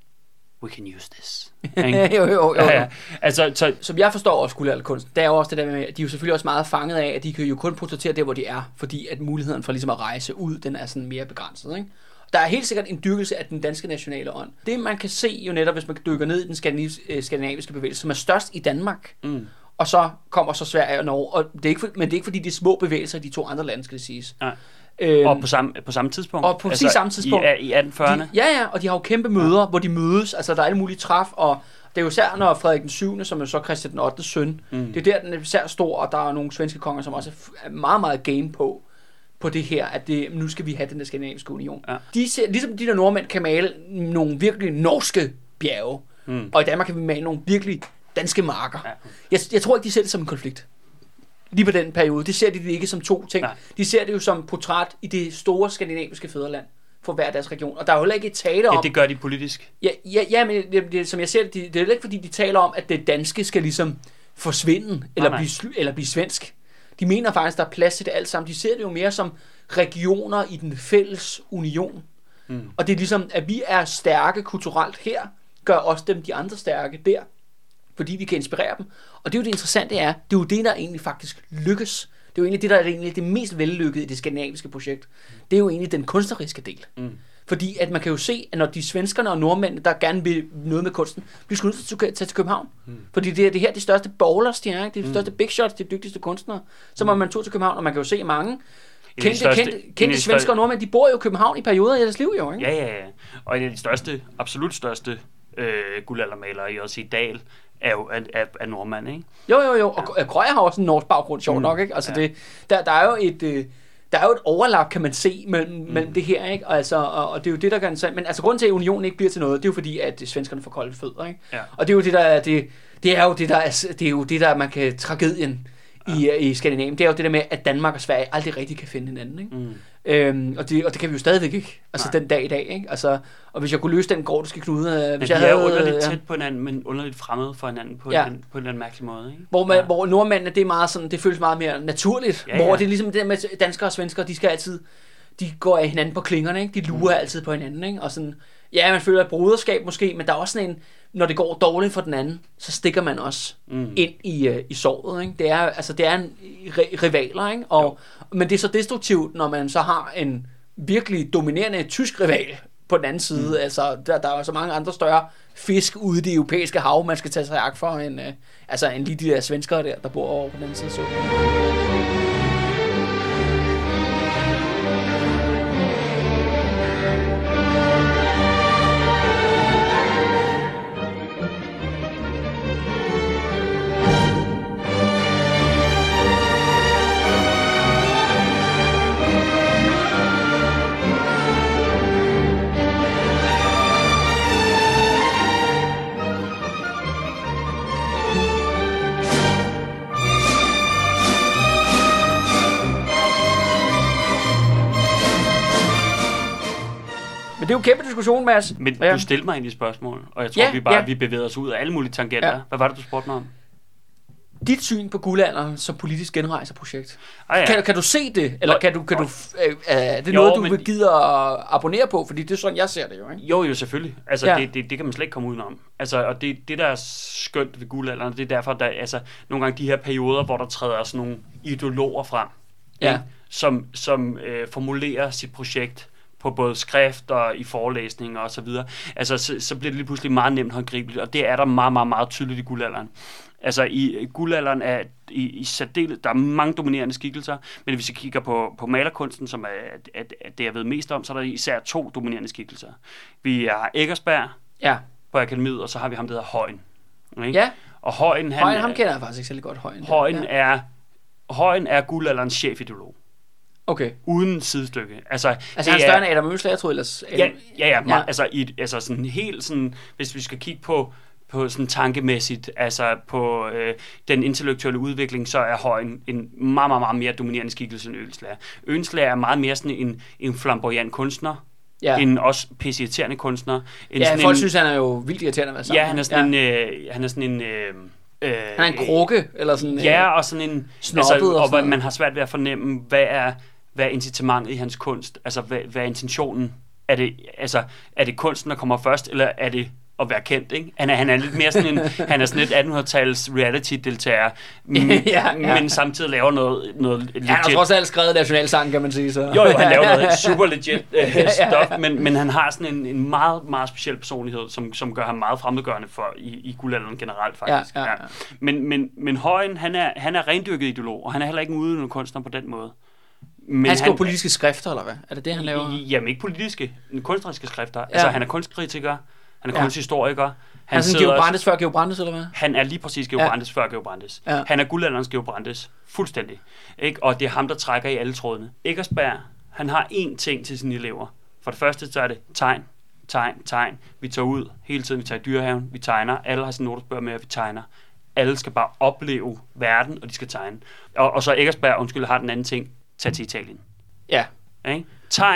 we can use this. jo, jo, jo. jo. Ja, ja. Altså, så, som jeg forstår også guldalderkunst, der er jo også det der med, at de er jo selvfølgelig også meget fanget af, at de kan jo kun portrættere der, hvor de er, fordi at muligheden for ligesom at rejse ud, den er sådan mere begrænset, ikke? Der er helt sikkert en dyrkelse af den danske nationale ånd. Det man kan se jo netop, hvis man dykker ned i den skandinaviske bevægelse, som er størst i Danmark, mm. og så kommer så Sverige og Norge, og det er ikke, men det er ikke fordi, det er små bevægelser i de to andre lande, skal det siges. Nej. Øhm, og på samme, på samme tidspunkt? Og på altså, samme tidspunkt. I, i atten fyrrerne? De, ja, ja, og de har jo kæmpe møder, ja. Hvor de mødes, altså der er alle mulige træf, og det er jo især, når Frederik den syvende, som er så Christian den ottende søn, mm. det er der, den er især stor, og der er nogle svenske konger, som også er meget, meget game på, på det her, at det, nu skal vi have den der skandinaviske union. Ja. De ser, ligesom de der nordmænd kan male nogle virkelig norske bjerge, mm. og i Danmark kan vi male nogle virkelig danske marker. Ja. Jeg, jeg tror ikke, de ser det som en konflikt. Lige på den periode. Det ser de det ikke som to ting. Nej. De ser det jo som portræt i det store skandinaviske fædreland. for hver deres region. Og der er jo heller ikke tale om... Ja, det gør de politisk. Ja, ja, ja men det, det, som jeg ser det, det er heller ikke fordi, de taler om, at det danske skal ligesom forsvinde, eller, nej, nej. Blive, eller blive svensk. De mener faktisk, der er plads til det alt sammen. De ser det jo mere som regioner i den fælles union. Mm. Og det er ligesom, at vi er stærke kulturelt her, gør også dem de andre stærke der, fordi vi kan inspirere dem. Og det er jo det interessante er, det er jo det, der egentlig faktisk lykkes. Det er jo egentlig det, der er egentlig det mest vellykkede i det skandinaviske projekt. Det er jo egentlig den kunstneriske del. Mm. Fordi at man kan jo se, at når de svenskerne og nordmændene, der gerne vil noget med kunsten, bliver sgu nødt til at tage til København. Mm. Fordi det er det her de største bowlers, de er, ikke? Det er de mm. største big shots, de dygtigste kunstnere. Så må man tog til København, og man kan jo se mange kendte, største, kendte, kendte svensker og nordmænd, de bor jo i København i perioder i deres liv, jo, ikke? Ja, ja, ja. Og en af de største, absolut største øh, guldaldermalere i J C Dahl er jo af, af, af nordmand, ikke? Jo, jo, jo. Og ja. Krøyer har også en norsk baggrund, sjovt mm. nok, ikke? Altså, ja. det, der, der er jo et... Øh, Der er jo et overlap, kan man se, mellem, mm. mellem det her, ikke? Og, altså, og, og det er jo det, der kan sige. Men altså, grunden til, at unionen ikke bliver til noget, det er jo fordi, at svenskerne får kolde fødder, ikke? Ja. Og det er jo det, der er, det, det er jo det, der er, det er jo det, der man kan, tragedien ja. i, i Skandinavien, det er jo det der med, at Danmark og Sverige aldrig rigtig kan finde hinanden, ikke? Mm. Øhm, og, det, og det kan vi jo stadigvæk ikke, altså Nej. den dag i dag, ikke? Altså, og hvis jeg kunne løse den gordiske knude, hvis ja, jeg de er havde... underligt ja. tæt på hinanden, men underligt fremmede for hinanden på, ja. en, på en mærkelig måde, ikke? Hvor, man, ja. hvor nordmændene, det er meget sådan, det føles meget mere naturligt, ja, ja. hvor det er ligesom det med danskere og svenskere, de skal altid, de går af hinanden på klingerne, ikke? De lurer mm. altid på hinanden, ikke? Og sådan, ja, man føler et broderskab måske, men der er også sådan en, når det går dårligt for den anden, så stikker man også mm. ind i, uh, i såret, ikke? Det er, altså, det er en ri- rivaler, ikke? Og, men det er så destruktivt, når man så har en virkelig dominerende tysk rival på den anden side. Mm. Altså, der, der er så mange andre større fisk ude i det europæiske hav, man skal tage sig agt for, end, uh, altså, end lige de der svenskere der, der bor over på den anden side. Så. Det er jo en kæmpe diskussion, Mads. Men ja. du stillede mig egentlig spørgsmål, og jeg tror, ja, vi bare ja. vi bevæger os ud af alle mulige tangenter. Ja. Hvad var det, du spurgte mig om? Dit syn på guldalderen som politisk genrejserprojekt. Ah, ja. kan, kan du se det? Eller kan du, kan du, øh, er det jo, noget, du men... vil gide at abonnere på? Fordi det er sådan, jeg ser det jo, ikke? Jo, jo, selvfølgelig. Altså, ja. det, det, det kan man slet ikke komme udenom. Altså, og det, det der er skønt ved guldalderen, det er derfor, der altså, nogle gange de her perioder, hvor der træder sådan nogle ideologer frem, ja. ikke? som, som øh, formulerer sit projekt på både skrift og i forelæsninger og så videre. Altså, så, så bliver det lige pludselig meget nemt håndgribeligt, og det er der meget, meget, meget tydeligt i guldalderen. Altså, i guldalderen er i, i særdeles, der er mange dominerende skikkelser, men hvis vi kigger på, på malerkunsten, som er at, at det, jeg ved mest om, så er der især to dominerende skikkelser. Vi har Eckersberg ja. på akademiet, og så har vi ham, der hedder Højen. Ikke? Ja. Og Højen, han, Højen, ham kender jeg faktisk ikke særlig godt. Højen, Højen, ja. er, Højen er guldalderens chefideolog. Okay. Uden sidestykke. Altså, altså han er større end Adam Oehlenschläger, jeg tror ellers. Ja, ja, ja, meget, ja. Altså, i, altså sådan helt sådan, hvis vi skal kigge på, på sådan tankemæssigt, altså på øh, den intellektuelle udvikling, så er Højen en meget, meget, meget mere dominerende skikkelse end Oehlenschläger. Oehlenschläger er meget mere sådan en, en flamboyant kunstner, ja. en også pisseirriterende kunstner. En ja, folk en, synes, han er jo vildt irriterende at være sammen. Ja, han er sådan ja. en... Øh, han er sådan en øh, Øh, han er en krukke, eller sådan ja, og sådan en altså, og, og sådan man har svært ved at fornemme, hvad er, hvad er incitamentet i hans kunst? Altså, hvad, hvad er intentionen? Er det, altså, er det kunsten, der kommer først, eller er det at være kendt, ikke? Han er, han er lidt mere sådan en, han er sådan et attenhundrede-tals reality-deltager, ja, ja. men samtidig laver noget, noget legit. Ja, han har trods alt skrevet nationalsang, kan man sige. Så. Jo, jo, han laver noget super legit uh, stuff, men, men han har sådan en, en meget, meget speciel personlighed, som, som gør ham meget fremmedgørende for i, i guldalderen generelt, faktisk. Ja, ja, ja. Ja. Men, men, men Højen, han er, han er rendyrket ideolog, og han er heller ikke en udøvende kunstner på den måde. Men han skriver han, politiske skrifter, eller hvad? Er det det, han laver? Jamen ikke politiske, men kunstneriske skrifter. Ja. Altså, han er kunstkritiker, han er ja. kunsthistoriker. Han, han er sådan Georg Brandes før Georg Brandes, eller hvad? Han er lige præcis Georg ja. Brandes før Georg Brandes. Ja. Han er guldalderens Georg Brandes, fuldstændig. Ikke? Og det er ham, der trækker i alle trådene. Eckersberg, han har én ting til sine elever. For det første, så er det tegn, tegn, tegn. Vi tager ud hele tiden, vi tager i dyrehaven, vi tegner. Alle har sine notesbøger med, at vi tegner. Alle skal bare opleve verden, og de skal tegne. Og, og så Eckersberg, undskyld, har den anden ting. Tag til Italien. Ja. Okay? Tegn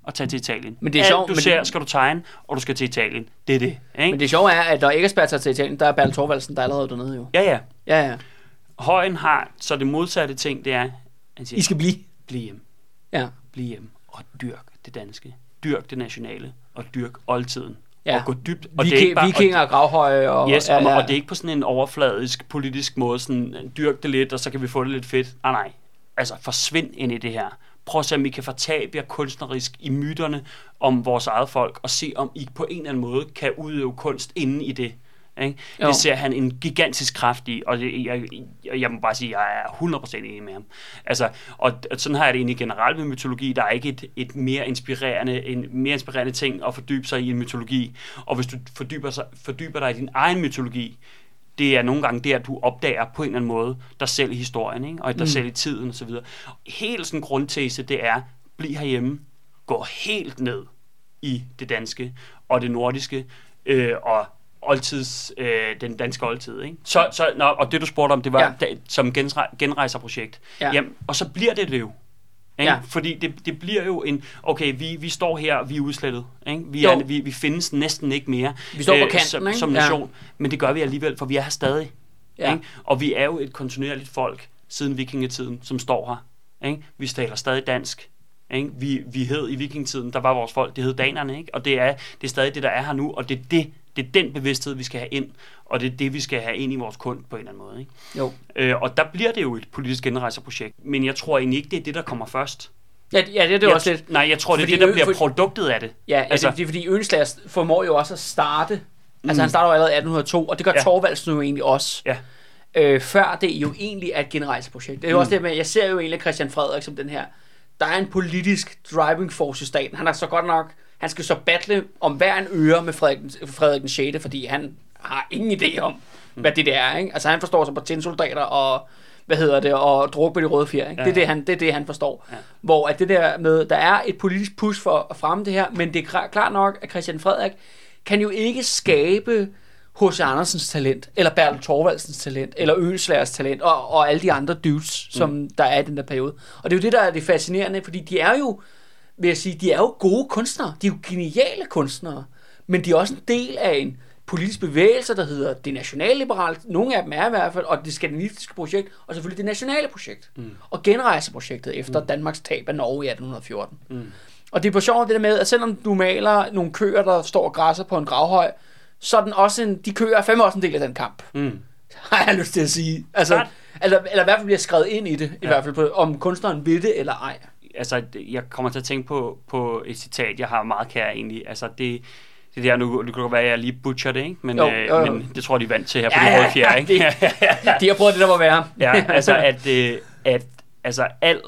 at tage til Italien. Men det er Alt sjovt, du men ser, det... skal du tegne, og du skal til Italien. Det er det. Ikke? Men det sjove er, at der ikke er spærret sig til Italien, der er Bertel Thorvaldsen, der er allerede dernede jo. Ja, ja. Ja, ja. Højen har, så det modsatte ting, det er, han siger, I skal blive. Bliv hjem. Ja. Bliv hjem og dyrk det danske. Dyrk det nationale, og dyrk oldtiden. Ja. Og gå dybt. Og Vik- det er ikke bare, vikinger og gravhøje. Og, yes, ja, og, ja. og det er ikke på sådan en overfladisk politisk måde, sådan dyrk det lidt, og så kan vi få det lidt fedt. Nej, nej. Altså, forsvind ind i det her. Prøv at se, om I kan fortabe jer kunstnerisk i myterne om vores eget folk, og se, om I på en eller anden måde kan udøve kunst inde i det. Ikke? Det ser han en gigantisk kraft i, og det, jeg, jeg, jeg må bare sige, at jeg er hundrede procent enig med ham. Altså, og sådan har jeg det egentlig generelt med mytologi. Der er ikke et, et mere inspirerende, en mere inspirerende ting at fordybe sig i en mytologi. Og hvis du fordyber, sig, fordyber dig i din egen mytologi, det er nogle gange det, at du opdager på en eller anden måde dig selv i historien, ikke? Og dig mm. selv i tiden osv. Helt sådan en grundtese, det er, bliv herhjemme, gå helt ned i det danske og det nordiske, øh, og oldtids, øh, den danske oldtid, ikke? Så, så, nå, og det du spurgte om, det var ja. da, som genrej, genrejserprojekt. Ja. Jamen, og så bliver det det jo. Ikke? Ja. Fordi det, det bliver jo en, okay, vi, vi står her, vi er udslettet. Ikke? Vi, er, vi, vi findes næsten ikke mere vi står på kanten, øh, som, ikke? som nation, ja. Men det gør vi alligevel, for vi er her stadig. Ja. Ikke? Og vi er jo et kontinuerligt folk siden vikingetiden, som står her. Ikke? Vi taler stadig dansk. Ikke? Vi, vi hed i vikingetiden, der var vores folk, det hed danerne, ikke? Og det er, det er stadig det, der er her nu, og det er det, det er den bevidsthed, vi skal have ind, og det er det, vi skal have ind i vores kunst på en eller anden måde. Ikke? Jo. Øh, og der bliver det jo et politisk genrejserprojekt, men jeg tror egentlig ikke, det er det, der kommer først. Ja, ja det er det jeg, også lidt. Nej, jeg tror, det er det, der ø- bliver for, produktet af det. Ja, altså, altså, det er fordi Øenslager formår jo også at starte, mm. altså han starter jo allerede atten hundrede og to, og det gør ja. Thorvaldsen jo egentlig også. Ja. Øh, før det jo egentlig er et genrejseprojekt. Det er jo mm. også det med, jeg ser jo egentlig Christian Frederik som den her, der er en politisk driving force i staten. Han er så godt nok, han skal så battle om hver en øre med Frederik, Frederik den sjette, fordi han har ingen idé om, mm. hvad det der er. Ikke? Altså han forstår sig på tændsoldater og, hvad hedder det, og druk på de røde fjer. Ikke? Ja. Det, er det, han, det er det, han forstår. Ja. Hvor at det der med, der er et politisk push for at fremme det her, men det er klart nok, at Christian Frederik kan jo ikke skabe H C Andersens talent, eller Bertel Thorvaldsens talent, eller Øenslagers talent, og, og alle de andre dudes, som mm. der er i den der periode. Og det er jo det, der er det fascinerende, fordi de er jo, vil jeg sige, de er jo gode kunstnere. De er jo geniale kunstnere, men de er også en del af en politisk bevægelse, der hedder det nationalliberale. Nogle af dem er i hvert fald, og det skandinaviske projekt, og selvfølgelig det nationale projekt. Mm. Og genrejseprojektet efter mm. Danmarks tab af Norge i atten fjorten. Mm. Og det er på sjovt det der med, at selvom du maler nogle køer, der står og græsser på en gravhøj, så er den også en, de køer er fandme også en del af den kamp. Mm. Har jeg lyst til at sige. Altså, eller, eller i hvert fald bliver skrevet ind i det, i ja. hvert fald på, om kunstneren vil det eller ej. Altså, jeg kommer til at tænke på, på et citat, jeg har meget kær egentlig. Altså, det, det der, nu det kan være, at jeg lige butcher det, ikke? Men, jo, jo, jo. Øh, men det tror jeg, de er vant til her på ja, de røde fjer, ikke? De, de har prøvet det, der må være. Ja, altså, at, øh, at altså, al,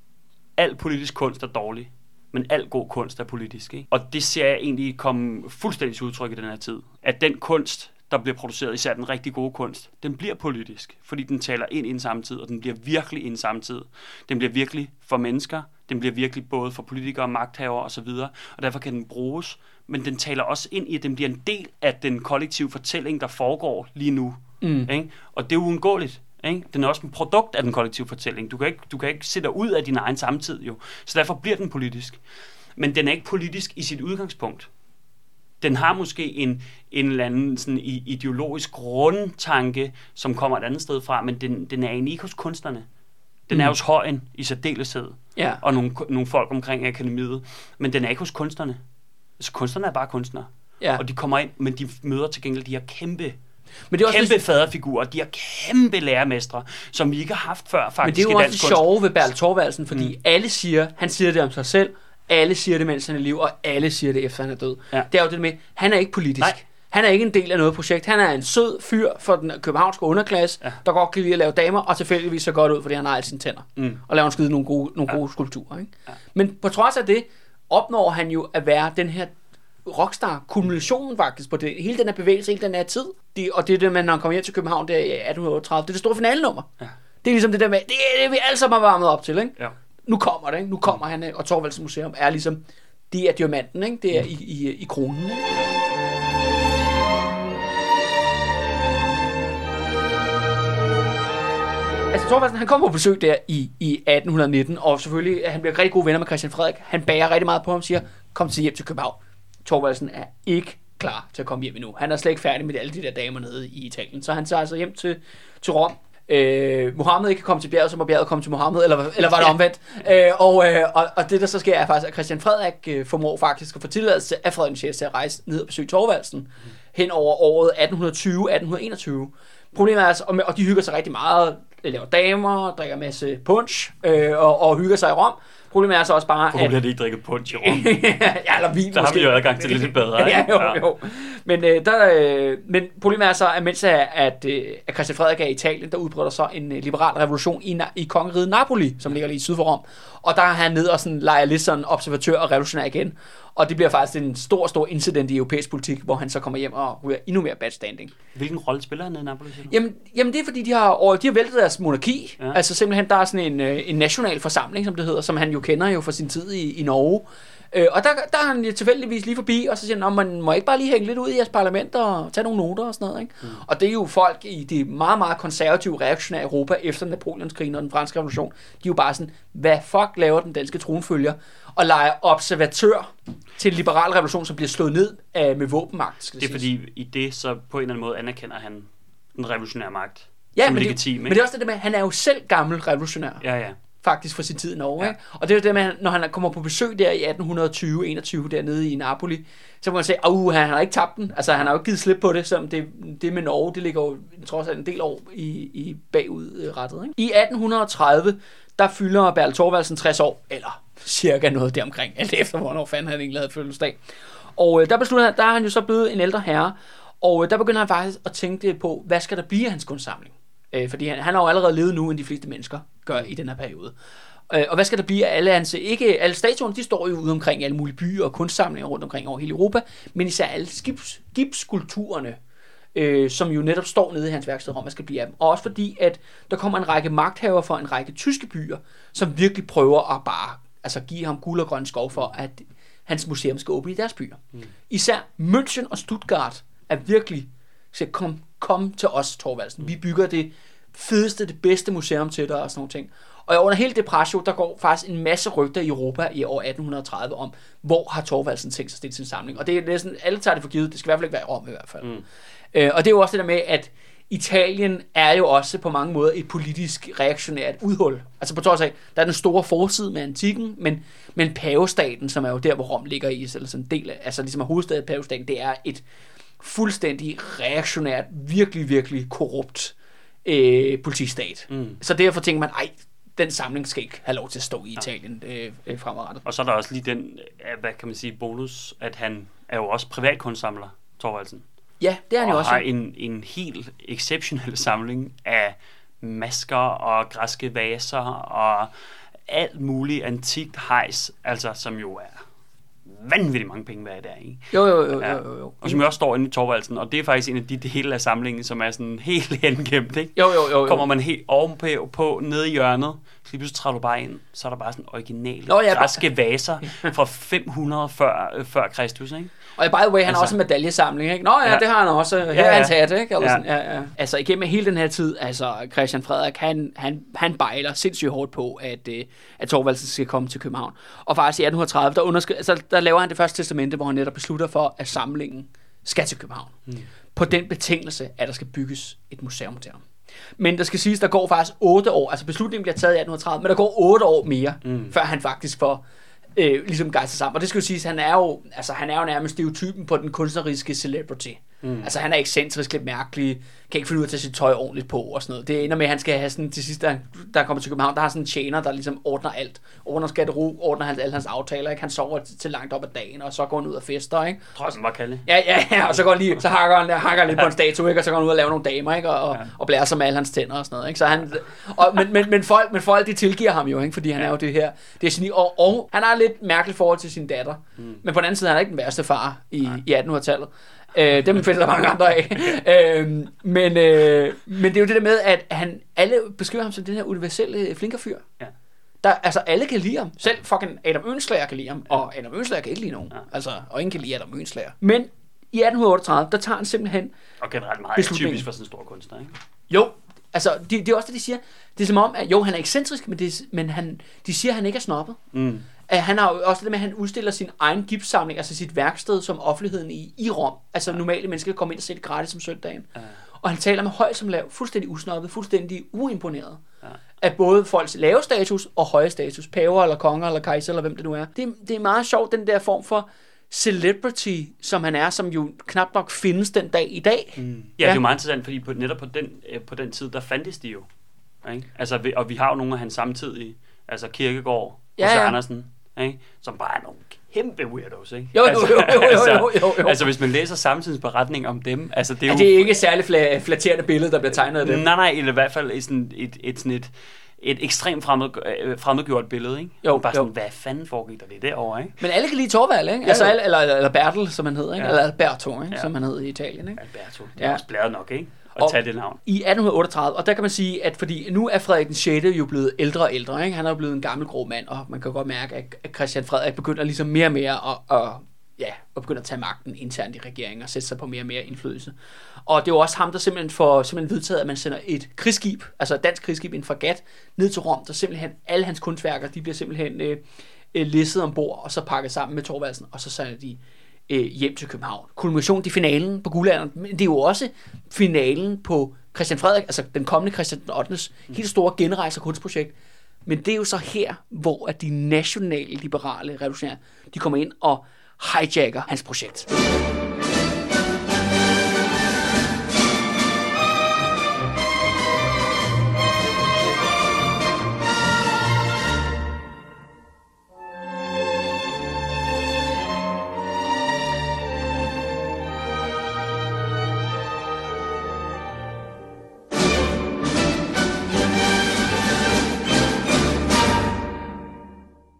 al politisk kunst er dårlig. Men al god kunst er politisk, ikke? Og det ser jeg egentlig komme fuldstændig til udtryk i den her tid. At den kunst, der bliver produceret, især den rigtig gode kunst, den bliver politisk. Fordi den taler ind i en samtid, og den bliver virkelig i en samtid. Den bliver virkelig for mennesker. Den bliver virkelig både for politikere, magthavere osv. Og derfor kan den bruges. Men den taler også ind i, at den bliver en del af den kollektive fortælling, der foregår lige nu. Mm. Ikke? Og det er uundgåeligt. Ikke? Den er også en produkt af den kollektive fortælling. Du kan ikke, du kan ikke sætte dig ud af din egen samtid, jo. Så derfor bliver den politisk. Men den er ikke politisk i sit udgangspunkt. Den har måske en, en eller anden sådan ideologisk grundtanke, som kommer et andet sted fra, men den, den er egentlig ikke hos kunstnerne. Den mm. er hos Højen i særdeleshed, ja. og nogle, nogle folk omkring akademiet. Men den er ikke hos kunstnerne. Altså kunstnerne er bare kunstnere. Ja. Og de kommer ind, men de møder til gengæld de her kæmpe Men det er også kæmpe det... faderfigurer, de er kæmpe lærermestre, som vi ikke har haft før faktisk. Men det er jo også det sjove ved Bertel Thorvaldsen, fordi mm. alle siger, han siger det om sig selv, alle siger det, mens han er i liv, og alle siger det, efter han er død. Ja. Det er jo det med, han er ikke politisk. Nej. Han er ikke en del af noget projekt. Han er en sød fyr for den københavnske underklasse, ja. der godt kan lide at lave damer, og tilfældigvis så godt ud, fordi han har alle sine tænder. Mm. Og laver en skide nogle gode, nogle ja. gode skulpturer. Ikke? Ja. Men på trods af det, opnår han jo at være den her rockstar, kulminationen faktisk på det, hele den her bevægelse, hele den her tid. De, og det er det, når han kommer hjem til København, det er atten otteogtredive, det er det store finalenummer. Ja. Det er ligesom det der med, det er det, vi alle sammen har varmet op til, ikke? Ja. Nu kommer det, ikke? Nu kommer han, og Thorvaldsen Museum er ligesom, det er diamanten, ikke? Det er i, i, i kronen, ikke? Altså Christian Thorvaldsen, han kommer på besøg der i, i atten nitten, og selvfølgelig, han bliver rigtig gode venner med Christian Frederik. Han bager rigtig meget på ham og siger, kom til hjem til København. Thorvaldsen er ikke klar til at komme hjem endnu. Han er slet ikke færdig med alle de der damer nede i Italien, så han tager altså hjem til, til Rom. Øh, Mohammed ikke kan komme til bjerget, så må bjerget komme til Mohammed, eller, eller var det omvendt? øh, og, øh, og, og det der så sker er faktisk, at Christian Frederik øh, formår faktisk at få tilladelse af Frederik den sjette til at rejse ned og besøge Thorvaldsen mm. hen over året atten tyve atten enogtyve. Problemet er altså, og, og de hygger sig rigtig meget, laver damer, drikker en masse punch øh, og, og hygger sig i Rom. Problemet er så også bare, Hvorfor bliver de ikke drikket punch i Rom? ja, eller vin så har vi jo adgang til lidt bedre, ikke? ja, jo, jo. Men, øh, der, øh, men problemet er så, at mens at, at, at Christian Frederik er i Italien, der udbryder så en øh, liberal revolution i, i kongeriget Napoli, som ligger lige syd for Rom. Og der er han ned og sådan, leger lidt sådan observatør og revolutionær igen. Og det bliver faktisk en stor, stor incident i europæisk politik, hvor han så kommer hjem og ryger endnu mere bad standing. Hvilken rolle spiller han i Napoli? Jamen, jamen det er fordi, de har, og de har væltet deres monarki. Ja. Altså simpelthen, der er sådan en, en national forsamling, som det hedder, som han jo kender jo fra sin tid i, i Norge. Øh, og der, der er han jo tilfældigvis lige forbi, og så siger han, man må ikke bare lige hænge lidt ud i jeres parlament og tage nogle noter og sådan noget. Ikke? Mm. Og det er jo folk i det meget, meget konservative, reaktionære Europa efter Napoleonskrigen og den franske revolution. De er jo bare sådan, hvad fuck laver den danske tronfølger? Og leger observatør til en liberal revolution, som bliver slået ned af, med våbenmagt. Skal det er fordi, i det så på en eller anden måde anerkender han den revolutionære magt ja, som men legitim. Det, men det er også det med, at han er jo selv gammel revolutionær. Ja, ja. Faktisk for sin tid i Norge, ja. Ikke? Og det er jo det med, når han kommer på besøg der i atten tyve enogtyve dernede i Napoli, så må man sige, at han har ikke tabt den. Altså, han har jo ikke givet slip på det, som det, det med Norge, det ligger jo trods alt en del år i, i bagudrettet. Ikke? I atten tredive, der fylder Bertel Thorvaldsen tres år, eller cirka noget deromkring, alt efter hvornår fanden han egentlig havde fødselsdag. Og øh, der beslutter han, der er han jo så blevet en ældre herre, og øh, der begynder han faktisk at tænke på, hvad skal der blive af hans kunstsamling? Øh, fordi han, han har jo allerede levet nu, end de fleste mennesker gør i den her periode. Øh, og hvad skal der blive af alle hans, ikke alle statuerne, de står jo ude omkring alle mulige byer og kunstsamlinger rundt omkring over hele Europa, men især alle skibs, skibsskulpturerne, øh, som jo netop står nede i hans værksted om, hvad skal blive af dem. Og også fordi, at der kommer en række magthaver fra en række tyske byer, som virkelig prøver at bare altså give ham guld og grøn skov for, at hans museum skal åbne i deres byer. Mm. Især München og Stuttgart er virkelig, så kom, kom til os, Thorvaldsen. Vi bygger det fedeste, det bedste museum til dig og sådan nogle ting. Og under hele det pres, der går faktisk en masse rygter i Europa i år atten tredive om, hvor har Thorvaldsen tænkt sig at stille sin samling. Og det er næsten, alle tager det for givet, det skal i hvert fald ikke være i Rom i hvert fald. Mm. Øh, og det er jo også det der med, at Italien er jo også på mange måder et politisk reaktionært udhul. Altså på trods af, der er den store forside med antikken, men, men pavestaten, som er jo der, hvor Rom ligger i, eller sådan en del af, altså ligesom er hovedstaden pavestaten, det er et fuldstændig reaktionært, virkelig, virkelig korrupt øh, politistat. Mm. Så derfor tænker man, ej, den samling skal ikke have lov til at stå i Italien øh, øh, fremadrettet. Og så er der også lige den, hvad kan man sige, bonus, at han er jo også privatkunstsamler, Thorvaldsen. Ja, det er han og jo også. Og har en, en helt exceptionel samling af masker og græske vaser og alt muligt antikt hejs, altså som jo er vanvittigt mange penge værd der, ikke? Jo, jo, jo, ja. jo, jo. Og som jo også står inde i Thorvaldsen, og det er faktisk en af de dele af samlingen, som er sådan helt hengemt, ikke? Jo, jo, jo, jo. Kommer man helt ovenpå, på, nede i hjørnet, så lige pludselig træder du bare ind, så er der bare sådan originale Nå, ja, græske vaser fra fem hundrede før, før Kristus, ikke? Og by the way, han altså, har også en medaljesamling, ikke? Nå ja, ja, det har han også. Her ja, ja. er hans hat, ikke? Eller ja. Sådan, ja, ja. Altså igennem hele den her tid, altså Christian Frederik, han, han, han bejler sindssygt hårdt på, at, uh, at Thorvaldsen skal komme til København. Og faktisk i atten tredive, der, underskri- altså, der laver han det første testamente, hvor han netop beslutter for, at samlingen skal til København. Hmm. På den betingelse, at der skal bygges et museum til ham. Men der skal siges, der går faktisk otte år, altså beslutningen bliver taget i atten tredive, men der går otte år mere, mm. før han faktisk får øh, ligesom gejser sammen. Og det skal jo siges, han er jo, altså, han er jo nærmest stereotypen på den kunstneriske celebrity. Mm. Altså han er ekscentrisk, lidt mærkelig, kan ikke finde ud af at tage sit tøj ordentligt på og sådan noget. Det ender med, at han skal have sådan, til sidst, der, der kommer til København, der har sådan en tjener, der ligesom ordner alt. Ordner skatterug, ordner han, alle hans aftaler, ikke? Han sover til, til langt op ad dagen, og så går han ud og fester, ikke? Trossen var kalde. Ja, ja, ja, og så går han lige, så hakker han, hakker han lidt på en statue, ikke? Og så går han ud og laver nogle damer, ikke? Og, ja. og blærer sig med alle hans tænder og sådan noget, ikke? Så han, og, men, men, men, folk, men folk, de tilgiver ham jo, ikke? Fordi han ja. er jo det her, det er geni, og, og han har lidt mærkeligt forhold til sin datter. Mm. Men på den anden side, han er ikke den værste far i, i attenhundredetallet. Øh, dem finder der mange andre af. øh, men, øh, men det er jo det der med, at han, alle beskriver ham som den her universelle flinkerfyr. Ja. Der, altså alle kan lide ham. Selv fucking Adam Oehlenschläger kan lide ham, ja. Og Adam Oehlenschläger kan ikke lide nogen. Ja. Altså, og ingen kan lide Adam Oehlenschläger. Men i atten otteogtredive, der tager han simpelthen og generelt meget typisk for sådan en stor kunstner, ikke? Jo, Altså, det, det er også det, de siger. Det er som om, at jo, han er ekscentrisk, men, det, men han, de siger, at han ikke er snobbet. Mm. At han har jo også det med, at han udstiller sin egen gipssamling, altså sit værksted, som offentligheden i, i Rom. Altså, normale mennesker kommer ind og ser det gratis om søndagen. Ja. Og han taler med høj som lav, fuldstændig usnobbet, fuldstændig uimponeret. Ja. Af både folks lave status og høje status. Paver eller konger eller kejser eller hvem det nu er. Det, det er meget sjovt, den der form for celebrity, som han er, som jo knap nok findes den dag i dag. Mm. Ja, ja, det er jo meget interessant, fordi på, netop på den, på den tid, der fandtes de jo. Ikke? Altså, og vi har jo nogle af hans samtidige, altså Kierkegaard, ja, ja. Andersen, ikke? Som bare er nogle kæmpe weirdos, ikke? Jo, jo, altså, jo, jo, jo, altså, jo, jo, jo. Altså, hvis man læser samtidens beretning om dem, altså det er ja, jo... det er ikke et særligt fla- flatterende billede, der bliver tegnet af dem. Nej, nej, eller i hvert fald sådan et, et, sådan et, et ekstremt fremmed, fremmedgjort billede, ikke? Jo, bare jo. sådan, hvad fanden foregik der det derovre, ikke? Men alle kan lide Torvald, ikke? Ja, altså, jo. eller, eller Bertel, som han hedder, ikke? Ja. Eller Alberto, ikke? Ja. Som han hedder i Italien, ikke? Alberto, det er Ja. også blæret nok, ikke? At Og tage det navn. I atten otteogtredive, og der kan man sige, at fordi nu er Frederik den sjette jo blevet ældre og ældre, ikke? Han er jo blevet en gammel grå mand, og man kan godt mærke, at Christian Frederik begynder ligesom mere og mere at, at, ja, at begynde at tage magten internt i regeringen og sætte sig på mere og mere indflydelse. Og det er jo også ham, der simpelthen får simpelthen vedtaget, at man sender et krigsskib, altså et dansk krigsskib, en fregat, ned til Rom, der simpelthen alle hans kunstværker, de bliver simpelthen øh, øh, læsset ombord, og så pakket sammen med Thorvaldsen, og så sender de øh, hjem til København. Kulmination i finalen på guldalderen, men det er jo også finalen på Christian Frederik, altså den kommende Christian den ottendes helt store genrejse- og kunstprojekt. Men det er jo så her, hvor at de nationale liberale revolutionære, de kommer ind og hijacker hans projekt.